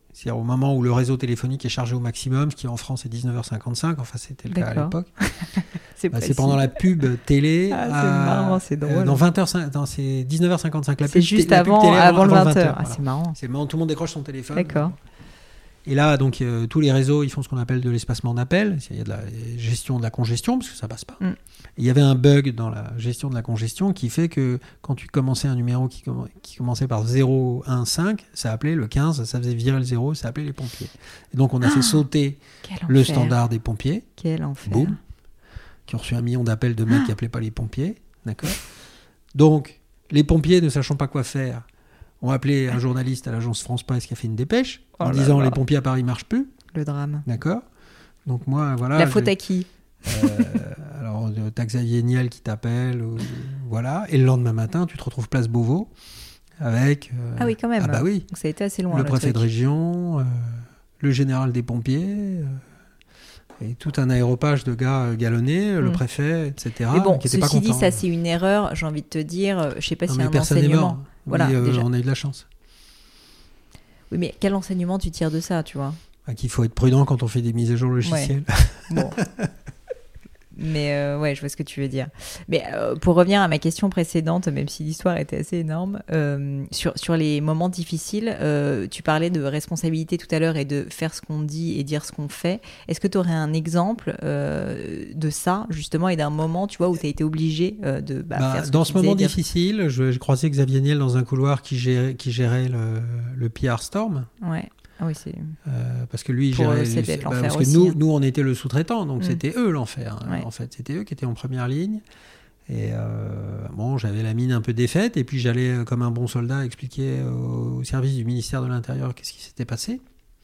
C'est-à-dire au moment où le réseau téléphonique est chargé au maximum, ce qui en France est 19h55, enfin c'était le cas à l'époque. C'est pendant la pub télé.
C'est marrant, c'est drôle.
C'est 19h55.
C'est juste avant le 20h. Ah, c'est marrant.
C'est le moment où tout le monde décroche son téléphone.
D'accord.
Et là, donc, tous les réseaux, ils font ce qu'on appelle de l'espacement d'appel. Il y a de la gestion de la congestion, parce que ça passe pas. Il y avait un bug dans la gestion de la congestion qui fait que quand tu commençais un numéro qui commençait par 015, ça appelait le 15, ça faisait virer le 0, ça appelait les pompiers. Et donc, on a fait sauter le standard des pompiers.
Quel enfer.
Boum. Qui ont reçu 1 million d'appels de mecs qui appelaient pas les pompiers. D'accord. Donc, les pompiers, ne sachant pas quoi faire, ont appelé un journaliste à l'agence France Presse qui a fait une dépêche en disant les pompiers à Paris marchent plus.
Le drame.
D'accord. Donc moi, voilà.
La faute à qui
Alors, t'as Xavier Niel qui t'appelle, voilà. Et le lendemain matin, tu te retrouves place Beauvau avec.
Ah oui, quand même.
Ah bah oui.
Donc ça a été assez loin.
Le préfet de région, le général des pompiers. Et tout un aéropage de gars galonnés, le préfet, etc.
Mais bon,
qui n'étaient pas
ceci
contents.
dit, ça c'est une erreur, j'ai envie de te dire. Je sais pas s'il y a un
personne n'est
enseignement.
mort.
Voilà,
oui,
déjà.
On a eu de la chance.
Oui, mais quel enseignement tu tires de ça, tu vois?
Qu'il faut être prudent quand on fait des mises à jour logicielles.
Ouais. Bon. Mais ouais, je vois ce que tu veux dire. Mais pour revenir à ma question précédente, même si l'histoire était assez énorme, sur les moments difficiles, tu parlais de responsabilité tout à l'heure et de faire ce qu'on dit et dire ce qu'on fait. Est-ce que tu aurais un exemple de ça, justement, et d'un moment, tu vois, où tu as été obligé de faire ce
dans
que
ce
tu
moment
disais,
difficile, je croisais Xavier Niel dans un couloir qui gérait le PR Storm.
Ouais. Ah oui, c'est...
parce que lui, il
pour
gérait...
eux, c'était l'enfer
parce que
aussi.
nous, on était le sous-traitant, donc c'était eux l'enfer.
Ouais.
En fait, c'était eux qui étaient en première ligne. Et bon, j'avais la mine un peu défaite, et puis j'allais, comme un bon soldat, expliquer au service du ministère de l'Intérieur qu'est-ce qui s'était passé.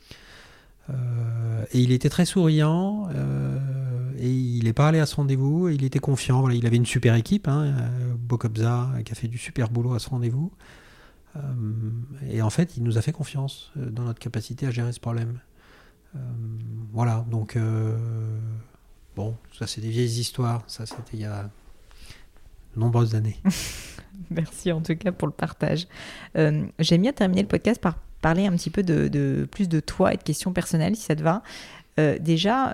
Et il était très souriant, et il n'est pas allé à ce rendez-vous, et il était confiant. Voilà, il avait une super équipe, Bokobza, qui a fait du super boulot à ce rendez-vous. Et en fait, il nous a fait confiance dans notre capacité à gérer ce problème. Voilà, donc bon, ça c'est des vieilles histoires, ça c'était il y a de nombreuses années.
Merci en tout cas pour le partage. J'aime bien terminer le podcast par parler un petit peu de plus de toi et de questions personnelles, si ça te va. Déjà,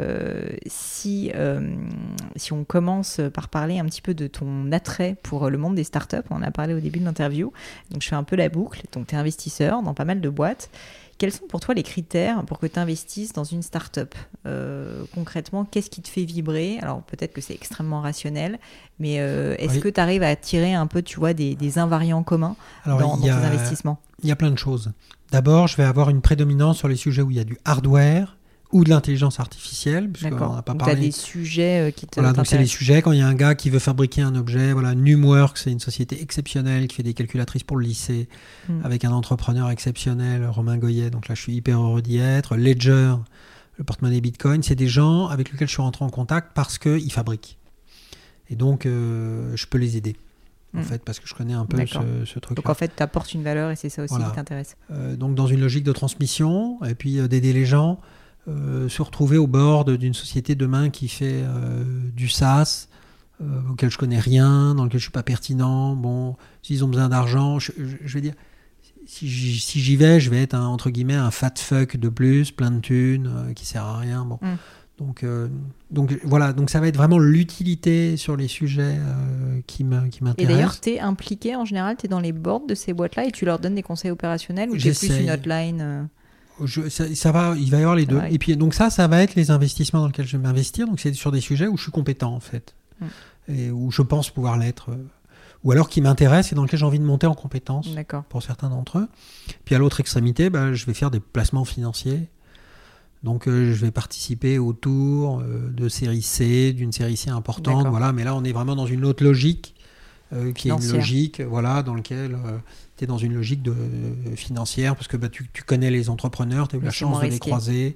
si on commence par parler un petit peu de ton attrait pour le monde des startups, on en a parlé au début de l'interview, donc je fais un peu la boucle, donc tu es investisseur dans pas mal de boîtes. Quels sont pour toi les critères pour que tu investisses dans une startup ? Concrètement, qu'est-ce qui te fait vibrer ? Alors peut-être que c'est extrêmement rationnel, mais est-ce que tu arrives à tirer un peu, tu vois, des invariants communs dans tes investissements ?
Il y a plein de choses. D'abord, je vais avoir une prédominance sur les sujets où il y a du hardware ou de l'intelligence artificielle, puisqu'on n'a pas parlé.
Tu as des sujets qui te
Voilà, donc
t'intéressent.
c'est les sujets, quand il y a un gars qui veut fabriquer un objet, voilà, Numworks, c'est une société exceptionnelle qui fait des calculatrices pour le lycée, avec un entrepreneur exceptionnel, Romain Goyet, donc là je suis hyper heureux d'y être. Ledger, le porte-monnaie Bitcoin, c'est des gens avec lesquels je suis rentré en contact parce qu'ils fabriquent. Et donc, je peux les aider. En fait, parce que je connais un peu ce truc-là.
Donc en fait, tu apportes une valeur et c'est ça aussi qui t'intéresse.
Donc dans une logique de transmission, et puis d'aider les gens, se retrouver au bord d'une société demain qui fait du SaaS, auquel je connais rien, dans lequel je suis pas pertinent. Bon, s'ils ont besoin d'argent, je vais dire, si j'y vais, je vais être entre guillemets un fat fuck de plus, plein de thunes, qui sert à rien. Bon. Donc voilà, donc ça va être vraiment l'utilité sur les sujets qui m'intéressent.
Et d'ailleurs, tu es impliqué en général, tu es dans les boards de ces boîtes-là et tu leur donnes des conseils opérationnels ou tu es plus une hotline
ça va, il va y avoir les deux. Ouais. Et puis donc ça va être les investissements dans lesquels je vais m'investir. Donc c'est sur des sujets où je suis compétent en fait, et où je pense pouvoir l'être, ou alors qui m'intéressent et dans lesquels j'ai envie de monter en compétence. Pour certains d'entre eux. Puis à l'autre extrémité, je vais faire des placements financiers. Donc je vais participer autour de série C, d'une série C importante. Voilà, mais là on est vraiment dans une autre logique. Qui est une logique dans laquelle tu es dans une logique financière, parce que tu connais les entrepreneurs, tu as eu la chance de les croiser,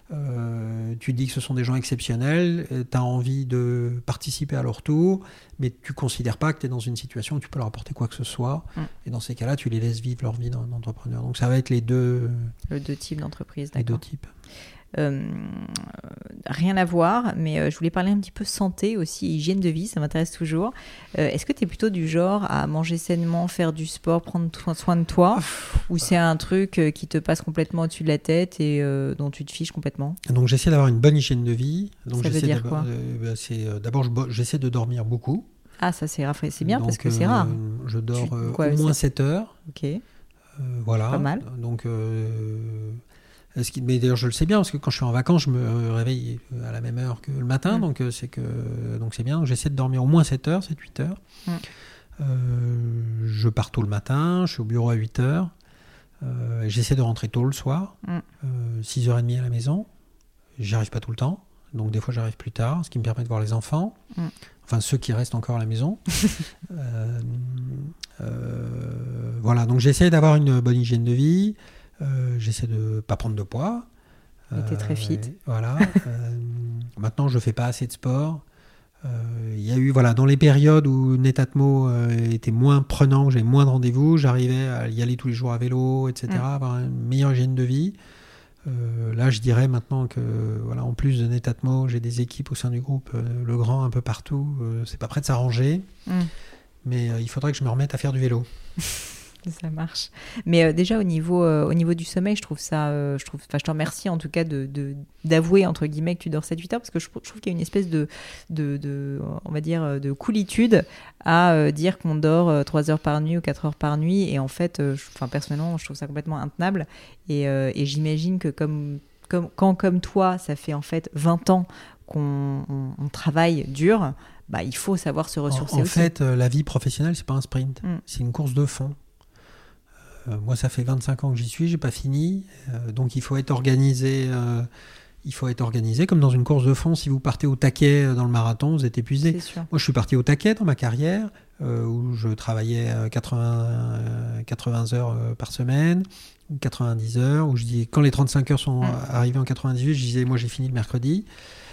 tu dis que ce sont des gens exceptionnels, tu as envie de participer à leur tour, mais tu ne considères pas que tu es dans une situation où tu peux leur apporter quoi que ce soit, et dans ces cas-là, tu les laisses vivre leur vie d'entrepreneur. Donc ça va être les deux...
Les deux types d'entreprises,
Les deux types.
Rien à voir, mais je voulais parler un petit peu santé aussi, hygiène de vie, ça m'intéresse toujours. Est-ce que tu es plutôt du genre à manger sainement, faire du sport, prendre soin de toi, ou c'est un truc qui te passe complètement au-dessus de la tête et dont tu te fiches complètement?
Donc j'essaie d'avoir une bonne hygiène de vie. Donc,
ça veut dire quoi?
D'abord, j'essaie de dormir beaucoup.
Ah, ça c'est bien,
donc,
parce que c'est rare.
Je dors au moins 7 heures.
Ok.
Voilà.
Pas mal.
Donc, mais d'ailleurs, je le sais bien, parce que quand je suis en vacances, je me réveille à la même heure que le matin, donc c'est bien. Donc, j'essaie de dormir au moins 7 heures, 7-8 heures. Je pars tôt le matin, je suis au bureau à 8 heures. J'essaie de rentrer tôt le soir, 6h30 à la maison. J'y arrive pas tout le temps, donc des fois j'arrive plus tard, ce qui me permet de voir les enfants, enfin ceux qui restent encore à la maison. Voilà, donc j'essaie d'avoir une bonne hygiène de vie. J'essaie de pas prendre de poids.
Mais t'es très fit.
Voilà. Maintenant, je fais pas assez de sport. Il y a eu, voilà, dans les périodes où Netatmo était moins prenant, que j'avais moins de rendez-vous, j'arrivais à y aller tous les jours à vélo, etc., avoir une meilleure hygiène de vie. Là, je dirais maintenant que, voilà, en plus de Netatmo, j'ai des équipes au sein du groupe, le grand un peu partout. C'est pas prêt de s'arranger, mais il faudrait que je me remette à faire du vélo.
Ça marche. Mais déjà au niveau du sommeil, je te remercie en tout cas d'avouer entre guillemets que tu dors 7-8 heures, parce que je trouve qu'il y a une espèce de on va dire de coolitude à dire qu'on dort 3 heures par nuit ou 4 heures par nuit, et en fait personnellement je trouve ça complètement intenable, et j'imagine que comme toi ça fait en fait 20 ans qu'on travaille dur, bah, il faut savoir se ressourcer aussi.
En fait, la vie professionnelle, c'est pas un sprint, c'est une course de fond. Moi, ça fait 25 ans que j'y suis, j'ai pas fini. Donc, il faut être organisé. Il faut être organisé comme dans une course de fond. Si vous partez au taquet dans le marathon, vous êtes épuisé. Moi, je suis parti au taquet dans ma carrière, où je travaillais 80 heures par semaine, 90 heures. Où je dis, quand les 35 heures sont arrivées en 98, je disais, moi, j'ai fini le mercredi.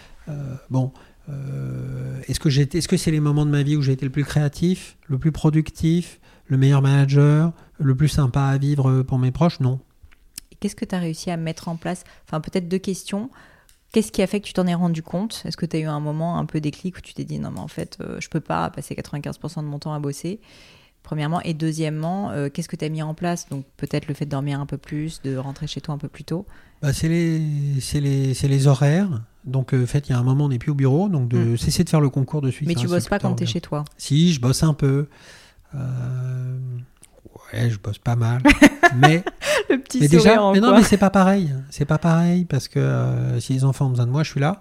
Est-ce que c'est les moments de ma vie où j'ai été le plus créatif, le plus productif, le meilleur manager, le plus sympa à vivre pour mes proches? Non.
Et qu'est-ce que tu as réussi à mettre en place? Enfin, peut-être 2 questions. Qu'est-ce qui a fait que tu t'en es rendu compte? Est-ce que tu as eu un moment un peu déclic où tu t'es dit non, mais en fait, je peux pas passer 95% de mon temps à bosser? Premièrement. Et deuxièmement, qu'est-ce que tu as mis en place? Donc, peut-être le fait de dormir un peu plus, de rentrer chez toi un peu plus tôt.
C'est les horaires. Donc, en fait, il y a un moment, on n'est plus au bureau, donc de cesser de faire le concours de suite.
Mais tu bosses pas quand tu es chez toi?
Si, je bosse un peu. Ouais, je bosse pas mal. Mais
le petit sourire en
non, mais c'est pas pareil. C'est pas pareil parce que si les enfants ont besoin de moi, je suis là.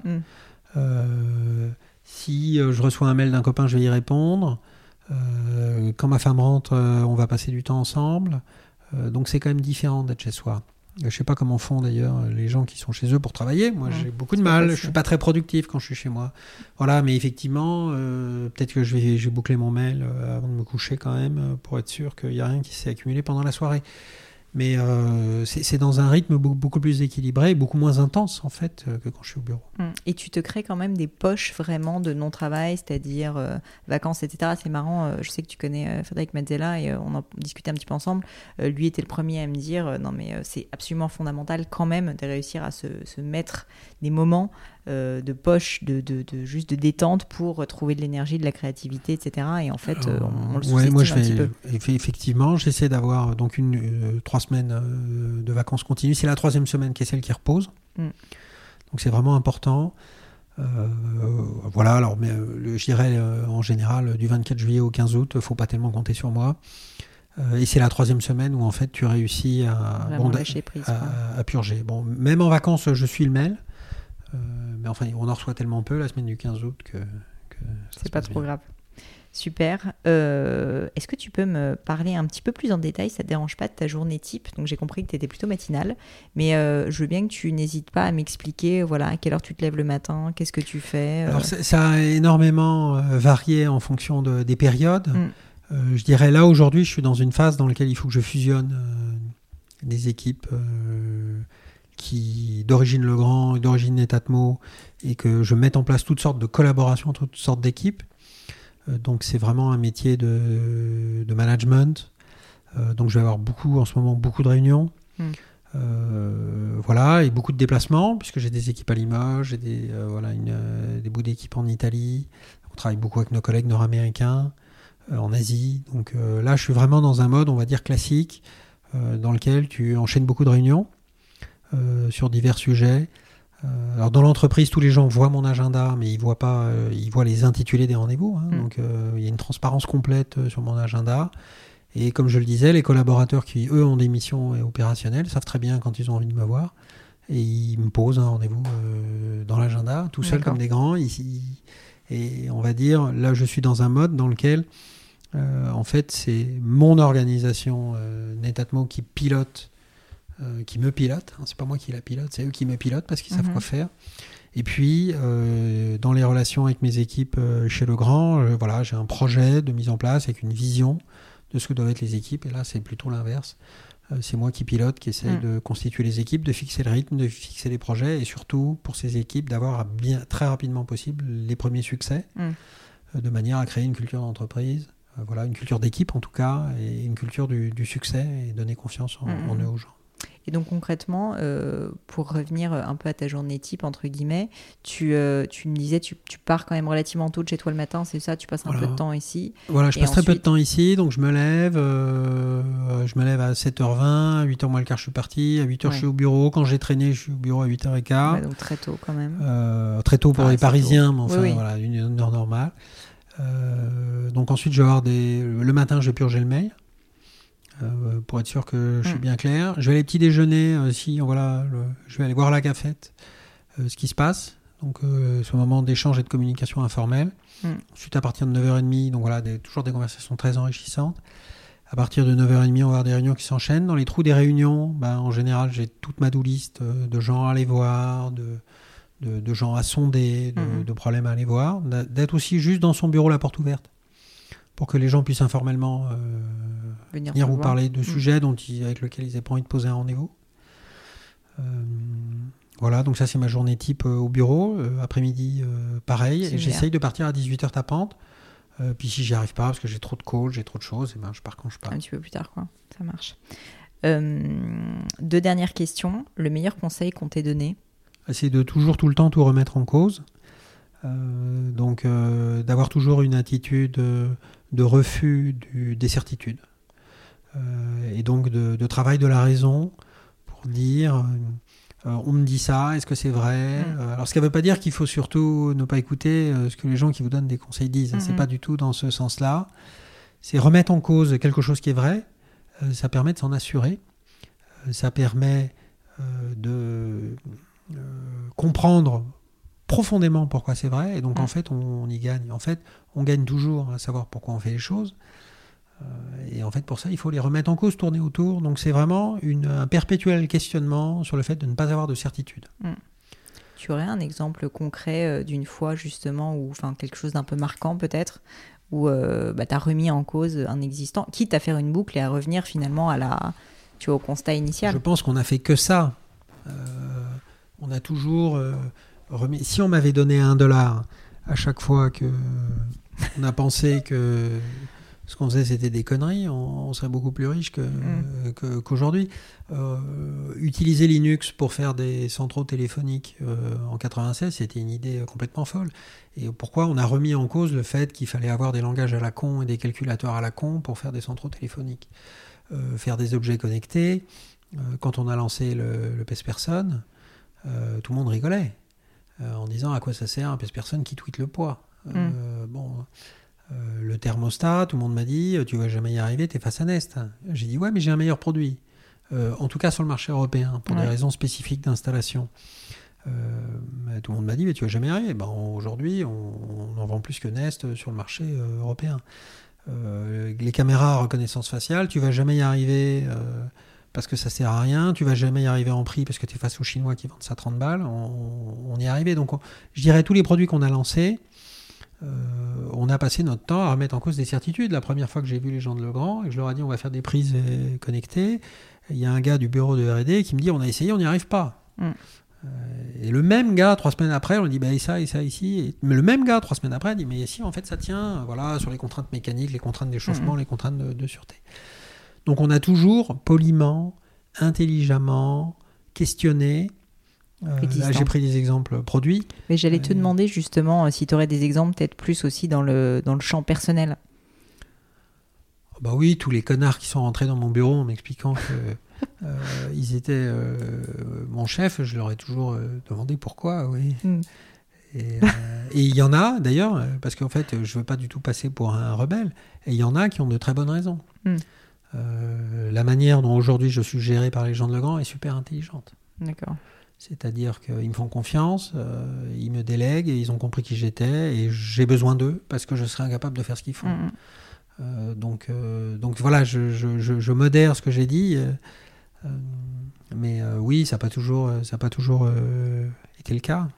Si je reçois un mail d'un copain, je vais y répondre. Quand ma femme rentre, on va passer du temps ensemble. Donc c'est quand même différent d'être chez soi. Je sais pas comment font d'ailleurs les gens qui sont chez eux pour travailler. Moi, j'ai beaucoup de mal. Je suis pas très productif quand je suis chez moi. Voilà, mais effectivement, peut-être que je vais boucler mon mail avant de me coucher quand même pour être sûr qu'il y a rien qui s'est accumulé pendant la soirée. Mais c'est dans un rythme beaucoup plus équilibré et beaucoup moins intense en fait que quand je suis au bureau.
Et tu te crées quand même des poches vraiment de non-travail, c'est-à-dire vacances, etc. C'est marrant, je sais que tu connais Frédéric Mazzella et on en discutait un petit peu ensemble. Lui était le premier à me dire non mais c'est absolument fondamental quand même de réussir à se mettre des moments de poche, juste de détente pour trouver de l'énergie, de la créativité, etc. Et en fait, on le sous-estime un petit peu.
Effectivement, j'essaie d'avoir donc 3 semaines de vacances continues. C'est la 3e semaine qui est celle qui repose. Donc c'est vraiment important. Voilà, alors mais, je dirais en général du 24 juillet au 15 août, il ne faut pas tellement compter sur moi. Et c'est la 3e semaine où en fait tu réussis à purger. Bon, même en vacances, je suis le mail. Mais enfin, on en reçoit tellement peu la semaine du 15 août que
c'est pas trop grave. Super. Est-ce que tu peux me parler un petit peu plus en détail, ça te dérange pas, de ta journée type? Donc j'ai compris que tu étais plutôt matinale, mais je veux bien que tu n'hésites pas à m'expliquer voilà, à quelle heure tu te lèves le matin, qu'est-ce que tu fais.
Alors ça a énormément varié en fonction des périodes. Je dirais là aujourd'hui, je suis dans une phase dans laquelle il faut que je fusionne des équipes d'origine Legrand et d'origine Netatmo, et que je mette en place toutes sortes de collaborations entre toutes sortes d'équipes. Donc c'est vraiment un métier de management. Donc je vais avoir en ce moment beaucoup de réunions. Voilà, et beaucoup de déplacements, puisque j'ai des équipes à Limoges, j'ai des bouts d'équipes en Italie. On travaille beaucoup avec nos collègues nord-américains, en Asie. Donc là, je suis vraiment dans un mode, on va dire, classique, dans lequel tu enchaînes beaucoup de réunions sur divers sujets. Alors dans l'entreprise, tous les gens voient mon agenda, mais ils voient pas, ils voient les intitulés des rendez-vous. Donc il y a une transparence complète sur mon agenda. Et comme je le disais, les collaborateurs qui, eux, ont des missions opérationnelles savent très bien quand ils ont envie de me voir. Et ils me posent un rendez-vous dans l'agenda, tout seul comme des grands. Et on va dire, là, je suis dans un mode dans lequel, en fait, c'est mon organisation Netatmo qui pilote, qui me pilote. C'est pas moi qui la pilote, c'est eux qui me pilotent parce qu'ils savent quoi faire. Et puis, dans les relations avec mes équipes chez Legrand, voilà, j'ai un projet de mise en place avec une vision de ce que doivent être les équipes. Et là, c'est plutôt l'inverse. C'est moi qui pilote, qui essaye de constituer les équipes, de fixer le rythme, de fixer les projets et surtout, pour ces équipes, d'avoir très rapidement possible les premiers succès de manière à créer une culture d'entreprise, voilà, une culture d'équipe en tout cas, et une culture du succès et donner confiance en eux aux gens.
Et donc concrètement, pour revenir un peu à ta journée type, entre guillemets, tu me disais, tu pars quand même relativement tôt de chez toi le matin, c'est ça, tu passes un peu de temps ici.
Voilà, je passe très peu de temps ici, donc je me lève à 7h20, à 8h moins le quart je suis parti, à 8h je suis au bureau, quand j'ai traîné je suis au bureau à 8h15.
Ouais, donc très tôt quand même.
Très tôt pour les Parisiens, mais enfin voilà, une heure normale. Donc ensuite je vais avoir le matin je vais purger le mail. Pour être sûr que je suis bien clair. Je vais aller petit déjeuner, je vais aller voir à la cafette ce qui se passe. Donc ce moment d'échange et de communication informelle. Ensuite à partir de 9h30, donc voilà, toujours des conversations très enrichissantes. À partir de 9h30, on va avoir des réunions qui s'enchaînent. Dans les trous des réunions, en général, j'ai toute ma do-list de gens à aller voir, de gens à sonder, de problèmes à aller voir. D'être aussi juste dans son bureau, la porte ouverte, pour que les gens puissent informellement venir vous parler de sujets avec lesquels ils n'avaient pas envie de poser un rendez-vous. Voilà, donc ça c'est ma journée type au bureau. Après-midi, pareil. Et j'essaye de partir à 18h tapante. Puis si j'y arrive pas, parce que j'ai trop de calls, j'ai trop de choses, et je pars quand je pars.
Un petit peu plus tard, quoi. Ça marche. 2 dernières questions. Le meilleur conseil qu'on t'ait donné?
C'est de toujours, tout le temps, tout remettre en cause. Donc d'avoir toujours une attitude de refus des certitudes. Et donc de travail de la raison pour dire on me dit ça, est-ce que c'est vrai? Alors ce qui ne veut pas dire qu'il faut surtout ne pas écouter ce que les gens qui vous donnent des conseils disent. C'est pas du tout dans ce sens-là. C'est remettre en cause quelque chose qui est vrai. Ça permet de s'en assurer. Ça permet de comprendre profondément pourquoi c'est vrai. Et donc en fait on y gagne. En fait on gagne toujours à savoir pourquoi on fait les choses. Et en fait, pour ça, il faut les remettre en cause, tourner autour. Donc, c'est vraiment un perpétuel questionnement sur le fait de ne pas avoir de certitude.
Tu aurais un exemple concret d'une fois, justement, ou quelque chose d'un peu marquant, peut-être, où tu as remis en cause un existant, quitte à faire une boucle et à revenir finalement au constat initial?
Je pense qu'on n'a fait que ça. On a toujours remis... Si on m'avait donné $1 à chaque fois qu'on a pensé que... Ce qu'on faisait, c'était des conneries. On serait beaucoup plus riche qu'aujourd'hui. Utiliser Linux pour faire des centraux téléphoniques en 96, c'était une idée complètement folle. Et pourquoi on a remis en cause le fait qu'il fallait avoir des langages à la con et des calculateurs à la con pour faire des centraux téléphoniques, faire des objets connectés. Quand on a lancé le PES-Person, tout le monde rigolait en disant à quoi ça sert un PES-Person qui tweete le poids. Le thermostat, tout le monde m'a dit tu vas jamais y arriver, t'es face à Nest. J'ai dit ouais, mais j'ai un meilleur produit, en tout cas sur le marché européen, pour des raisons spécifiques d'installation. Tout le monde m'a dit mais tu vas jamais y arriver. Aujourd'hui on en vend plus que Nest sur le marché européen. Les caméras à reconnaissance faciale, tu vas jamais y arriver parce que ça sert à rien, tu vas jamais y arriver en prix parce que tu es face aux Chinois qui vendent ça 30 balles. On y est arrivé. Donc je dirais tous les produits qu'on a lancés, on a passé notre temps à remettre en cause des certitudes. La première fois que j'ai vu les gens de Legrand et que je leur ai dit on va faire des prises connectées, il y a un gars du bureau de R&D qui me dit on a essayé, on n'y arrive pas. Et le même gars 3 semaines après, on lui dit ça et ça ici. Mais le même gars 3 semaines après dit mais si en fait ça tient, voilà, sur les contraintes mécaniques, les contraintes d'échauffement, les contraintes de sûreté. Donc on a toujours poliment, intelligemment questionner. Là, j'ai pris des exemples produits.
Mais j'allais te demander justement si tu aurais des exemples peut-être plus aussi dans le champ personnel.
Bah oui, tous les connards qui sont rentrés dans mon bureau en m'expliquant que ils étaient mon chef, je leur ai toujours demandé pourquoi, oui. Et il y en a d'ailleurs, parce qu'en fait, je veux pas du tout passer pour un rebelle, et il y en a qui ont de très bonnes raisons. La manière dont aujourd'hui je suis géré par les gens de Legrand est super intelligente.
D'accord.
C'est-à-dire qu'ils me font confiance, ils me délèguent, et ils ont compris qui j'étais, et j'ai besoin d'eux parce que je serais incapable de faire ce qu'ils font. Donc voilà, je modère ce que j'ai dit, mais oui, ça n'a pas toujours été le cas.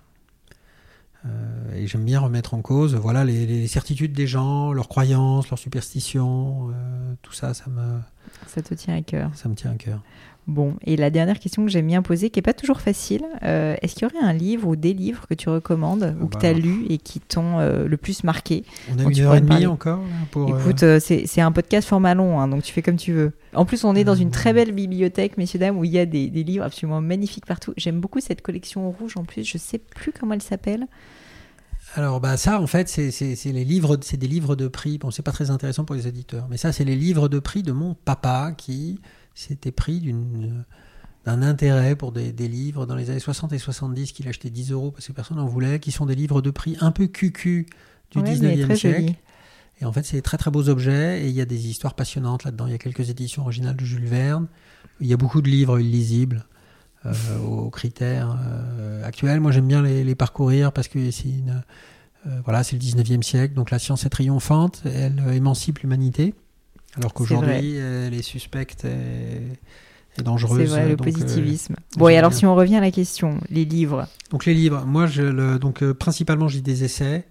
Et j'aime bien remettre en cause, voilà, les certitudes des gens, leurs croyances, leurs superstitions, tout ça, ça
te tient à cœur.
Ça me tient à cœur.
Bon, et la dernière question que j'aime bien poser, qui n'est pas toujours facile, est-ce qu'il y aurait un livre ou des livres que tu recommandes ou que tu as lus et qui t'ont le plus marqué?
On a 1h30 encore pour...
Écoute, c'est un podcast format long, hein, donc tu fais comme tu veux. En plus, on est dans une très belle bibliothèque, messieurs, dames, où il y a des livres absolument magnifiques partout. J'aime beaucoup cette collection rouge en plus, je ne sais plus comment elle s'appelle.
Alors ça en fait c'est des livres de prix. Bon, c'est pas très intéressant pour les éditeurs, mais ça c'est les livres de prix de mon papa qui s'était pris d'un intérêt pour des livres dans les années 60 et 70 qu'il achetait 10 € parce que personne n'en voulait, qui sont des livres de prix un peu cucu du 19e siècle. Joli. Et en fait c'est des très très beaux objets et il y a des histoires passionnantes là-dedans. Il y a quelques éditions originales de Jules Verne, il y a beaucoup de livres illisibles. Aux critères actuels. Moi, j'aime bien les parcourir parce que c'est c'est le 19e siècle, donc la science est triomphante, elle émancipe l'humanité, alors qu'aujourd'hui, elle est suspecte et dangereuse.
C'est vrai, le positivisme. Bon, et alors, si on revient à la question, les livres.
Donc, les livres, moi, principalement, j'ai des essais.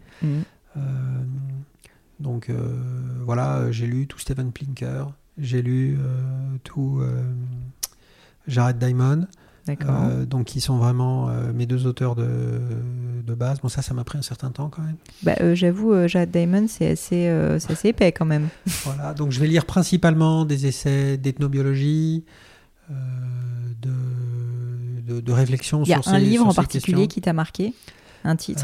J'ai lu tout Steven Pinker, j'ai lu tout Jared Diamond. Donc qui sont vraiment mes deux auteurs de base. Bon, ça m'a pris un certain temps quand même.
J'avoue, Jared Diamond, c'est assez épais quand même.
Voilà, donc je vais lire principalement des essais d'ethnobiologie, de réflexion sur ces questions.
Il y a un livre en particulier qui t'a marqué? Un titre?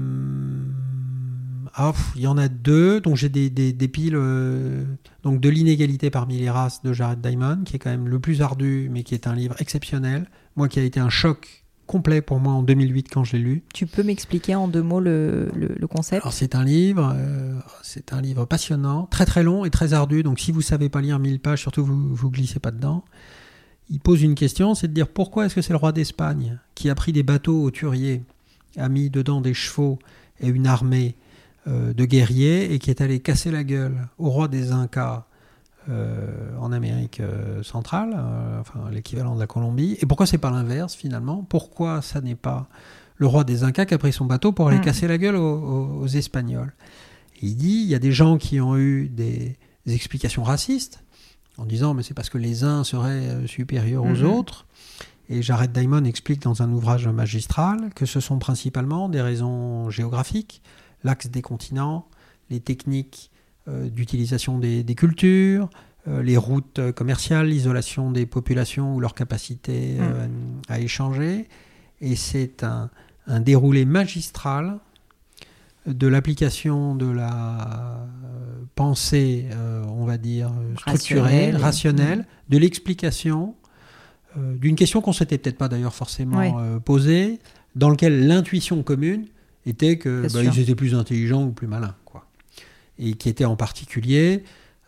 Il y en a deux. Donc j'ai des piles donc de l'inégalité parmi les races de Jared Diamond, qui est quand même le plus ardu, mais qui est un livre exceptionnel. Moi, qui a été un choc complet pour moi en 2008 quand je l'ai lu. Tu
peux m'expliquer en 2 mots le concept?
Alors c'est un livre passionnant, très très long et très ardu. Donc si vous savez pas lire 1000 pages, surtout vous glissez pas dedans. Il pose une question, c'est de dire pourquoi est-ce que c'est le roi d'Espagne qui a pris des bateaux hauturiers, a mis dedans des chevaux et une armée de guerriers et qui est allé casser la gueule au roi des Incas en Amérique centrale, l'équivalent de la Colombie. Et pourquoi c'est pas l'inverse finalement? Pourquoi ça n'est pas le roi des Incas qui a pris son bateau pour aller casser la gueule aux Espagnols? Et il dit, il y a des gens qui ont eu des explications racistes en disant mais c'est parce que les uns seraient supérieurs aux autres. Et Jared Diamond explique dans un ouvrage magistral que ce sont principalement des raisons géographiques, l'axe des continents, les techniques d'utilisation des cultures, les routes commerciales, l'isolation des populations ou leur capacité à échanger. Et c'est un déroulé magistral de l'application de la pensée, on va dire, structurelle, rationnelle, de l'explication d'une question qu'on ne s'était peut-être pas d'ailleurs forcément posée, dans laquelle l'intuition commune était qu'ils étaient plus intelligents ou plus malins, quoi. Et qui était en particulier,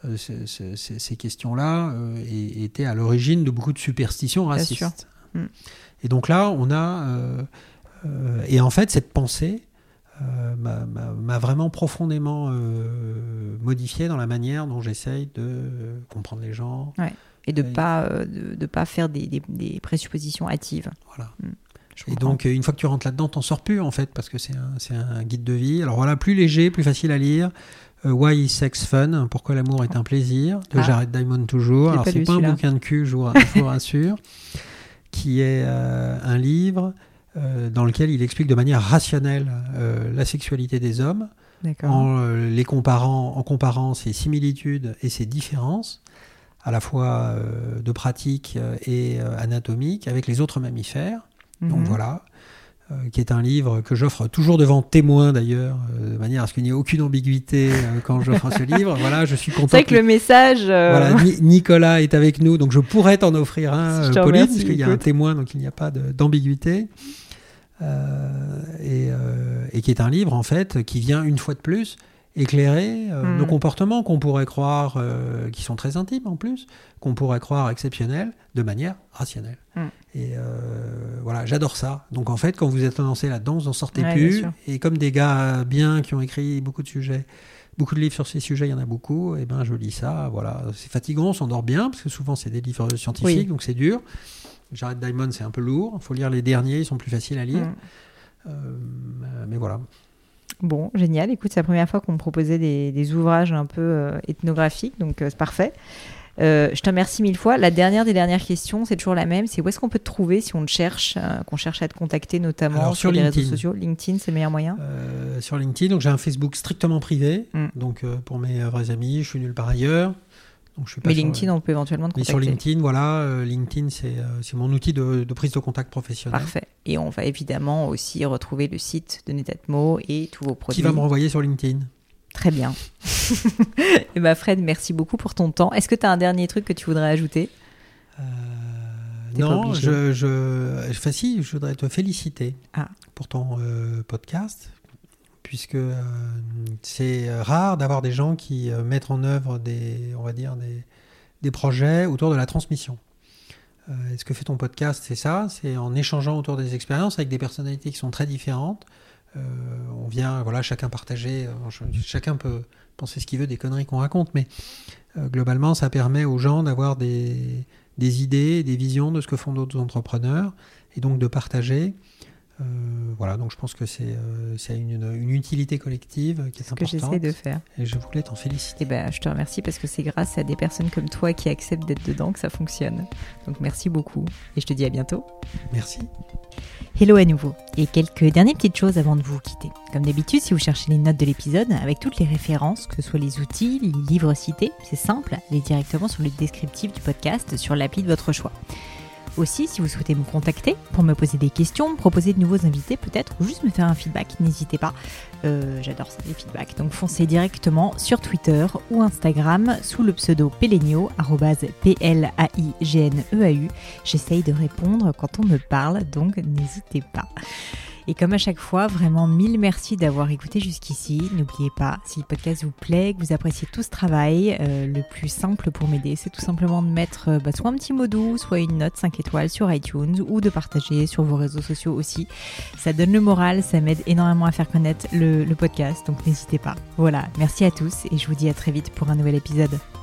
ces questions-là étaient à l'origine de beaucoup de superstitions racistes. Et donc là, on a... et en fait, cette pensée m'a vraiment profondément modifié dans la manière dont j'essaye de comprendre les gens.
Ouais. Et de ne pas faire des présuppositions hâtives.
Voilà. Et donc, une fois que tu rentres là-dedans, t'en sors plus, en fait, parce que c'est un guide de vie. Alors voilà, plus léger, plus facile à lire. Why is Sex Fun? Pourquoi l'amour est un plaisir? De Jared Diamond toujours. Alors, c'est pas un bouquin de cul, je vous rassure, qui est un livre dans lequel il explique de manière rationnelle la sexualité des hommes, en comparant ses similitudes et ses différences, à la fois de pratique et anatomique avec les autres mammifères. Donc voilà, qui est un livre que j'offre toujours devant témoin d'ailleurs, de manière à ce qu'il n'y ait aucune ambiguïté quand j'offre ce livre. Voilà, je suis content.
C'est vrai que le message...
Voilà, Nicolas est avec nous, donc je pourrais t'en offrir un, Pauline, parce qu'il y a un témoin, donc il n'y a pas d'ambiguïté. Et qui est un livre, en fait, qui vient une fois de plus éclairer nos comportements qu'on pourrait croire, qui sont très intimes en plus, qu'on pourrait croire exceptionnels, de manière rationnelle. Et voilà, j'adore ça. Donc en fait, quand vous êtes lancé là-dedans, vous n'en sortez plus. Et comme des gars bien qui ont écrit beaucoup de sujets, beaucoup de livres sur ces sujets, il y en a beaucoup, et ben je lis ça, voilà. C'est fatigant, on s'endort bien, parce que souvent c'est des livres scientifiques, donc c'est dur. Jared Diamond, c'est un peu lourd. Il faut lire les derniers, ils sont plus faciles à lire. Mais voilà.
Bon, génial. Écoute, c'est la première fois qu'on me proposait des ouvrages un peu ethnographiques, donc c'est parfait. Je te remercie 1000 fois. La dernière des dernières questions, c'est toujours la même. C'est où est-ce qu'on peut te trouver si on te cherche, qu'on cherche à te contacter, notamment
alors,
sur les réseaux sociaux. LinkedIn, c'est le meilleur moyen.
Sur LinkedIn, donc j'ai un Facebook strictement privé. Donc pour mes vrais amis, je suis nulle part ailleurs. Donc, je suis pas
mais LinkedIn, on peut éventuellement te contacter.
Mais sur LinkedIn, voilà, LinkedIn, c'est mon outil de prise de contact professionnel.
Parfait. Et on va évidemment aussi retrouver le site de Netatmo et tous vos produits.
Qui va me renvoyer sur LinkedIn.
Très bien. Et bah Fred, merci beaucoup pour ton temps. Est-ce que tu as un dernier truc que tu voudrais ajouter ?
Non, si, je voudrais te féliciter pour ton podcast, puisque c'est rare d'avoir des gens qui mettent en œuvre des projets autour de la transmission. Ce que fait ton podcast, c'est ça, c'est en échangeant autour des expériences avec des personnalités qui sont très différentes. On vient, voilà, chacun partager, chacun peut penser ce qu'il veut des conneries qu'on raconte, mais globalement, ça permet aux gens d'avoir des idées, des visions de ce que font d'autres entrepreneurs, et donc de partager. Voilà, donc je pense que c'est une utilité collective qui est importante.
Ce que j'essaie de faire.
Et je voulais t'en féliciter.
Et ben, je te remercie parce que c'est grâce à des personnes comme toi qui acceptent d'être dedans que ça fonctionne. Donc merci beaucoup et je te dis à bientôt.
Merci.
Hello à nouveau. Et quelques dernières petites choses avant de vous quitter. Comme d'habitude, si vous cherchez les notes de l'épisode, avec toutes les références, que ce soit les outils, les livres cités, c'est simple, allez directement sur le descriptif du podcast sur l'appli de votre choix. Aussi, si vous souhaitez me contacter pour me poser des questions, me proposer de nouveaux invités peut-être, ou juste me faire un feedback, n'hésitez pas. J'adore ça, les feedbacks. Donc foncez directement sur Twitter ou Instagram sous le pseudo Pelegneau, @PLAIGNEAU. J'essaye de répondre quand on me parle, donc n'hésitez pas. Et comme à chaque fois, vraiment 1000 merci d'avoir écouté jusqu'ici. N'oubliez pas, si le podcast vous plaît, que vous appréciez tout ce travail, le plus simple pour m'aider, c'est tout simplement de mettre soit un petit mot doux, soit une note 5 étoiles sur iTunes ou de partager sur vos réseaux sociaux aussi. Ça donne le moral, ça m'aide énormément à faire connaître le podcast, donc n'hésitez pas. Voilà, merci à tous et je vous dis à très vite pour un nouvel épisode.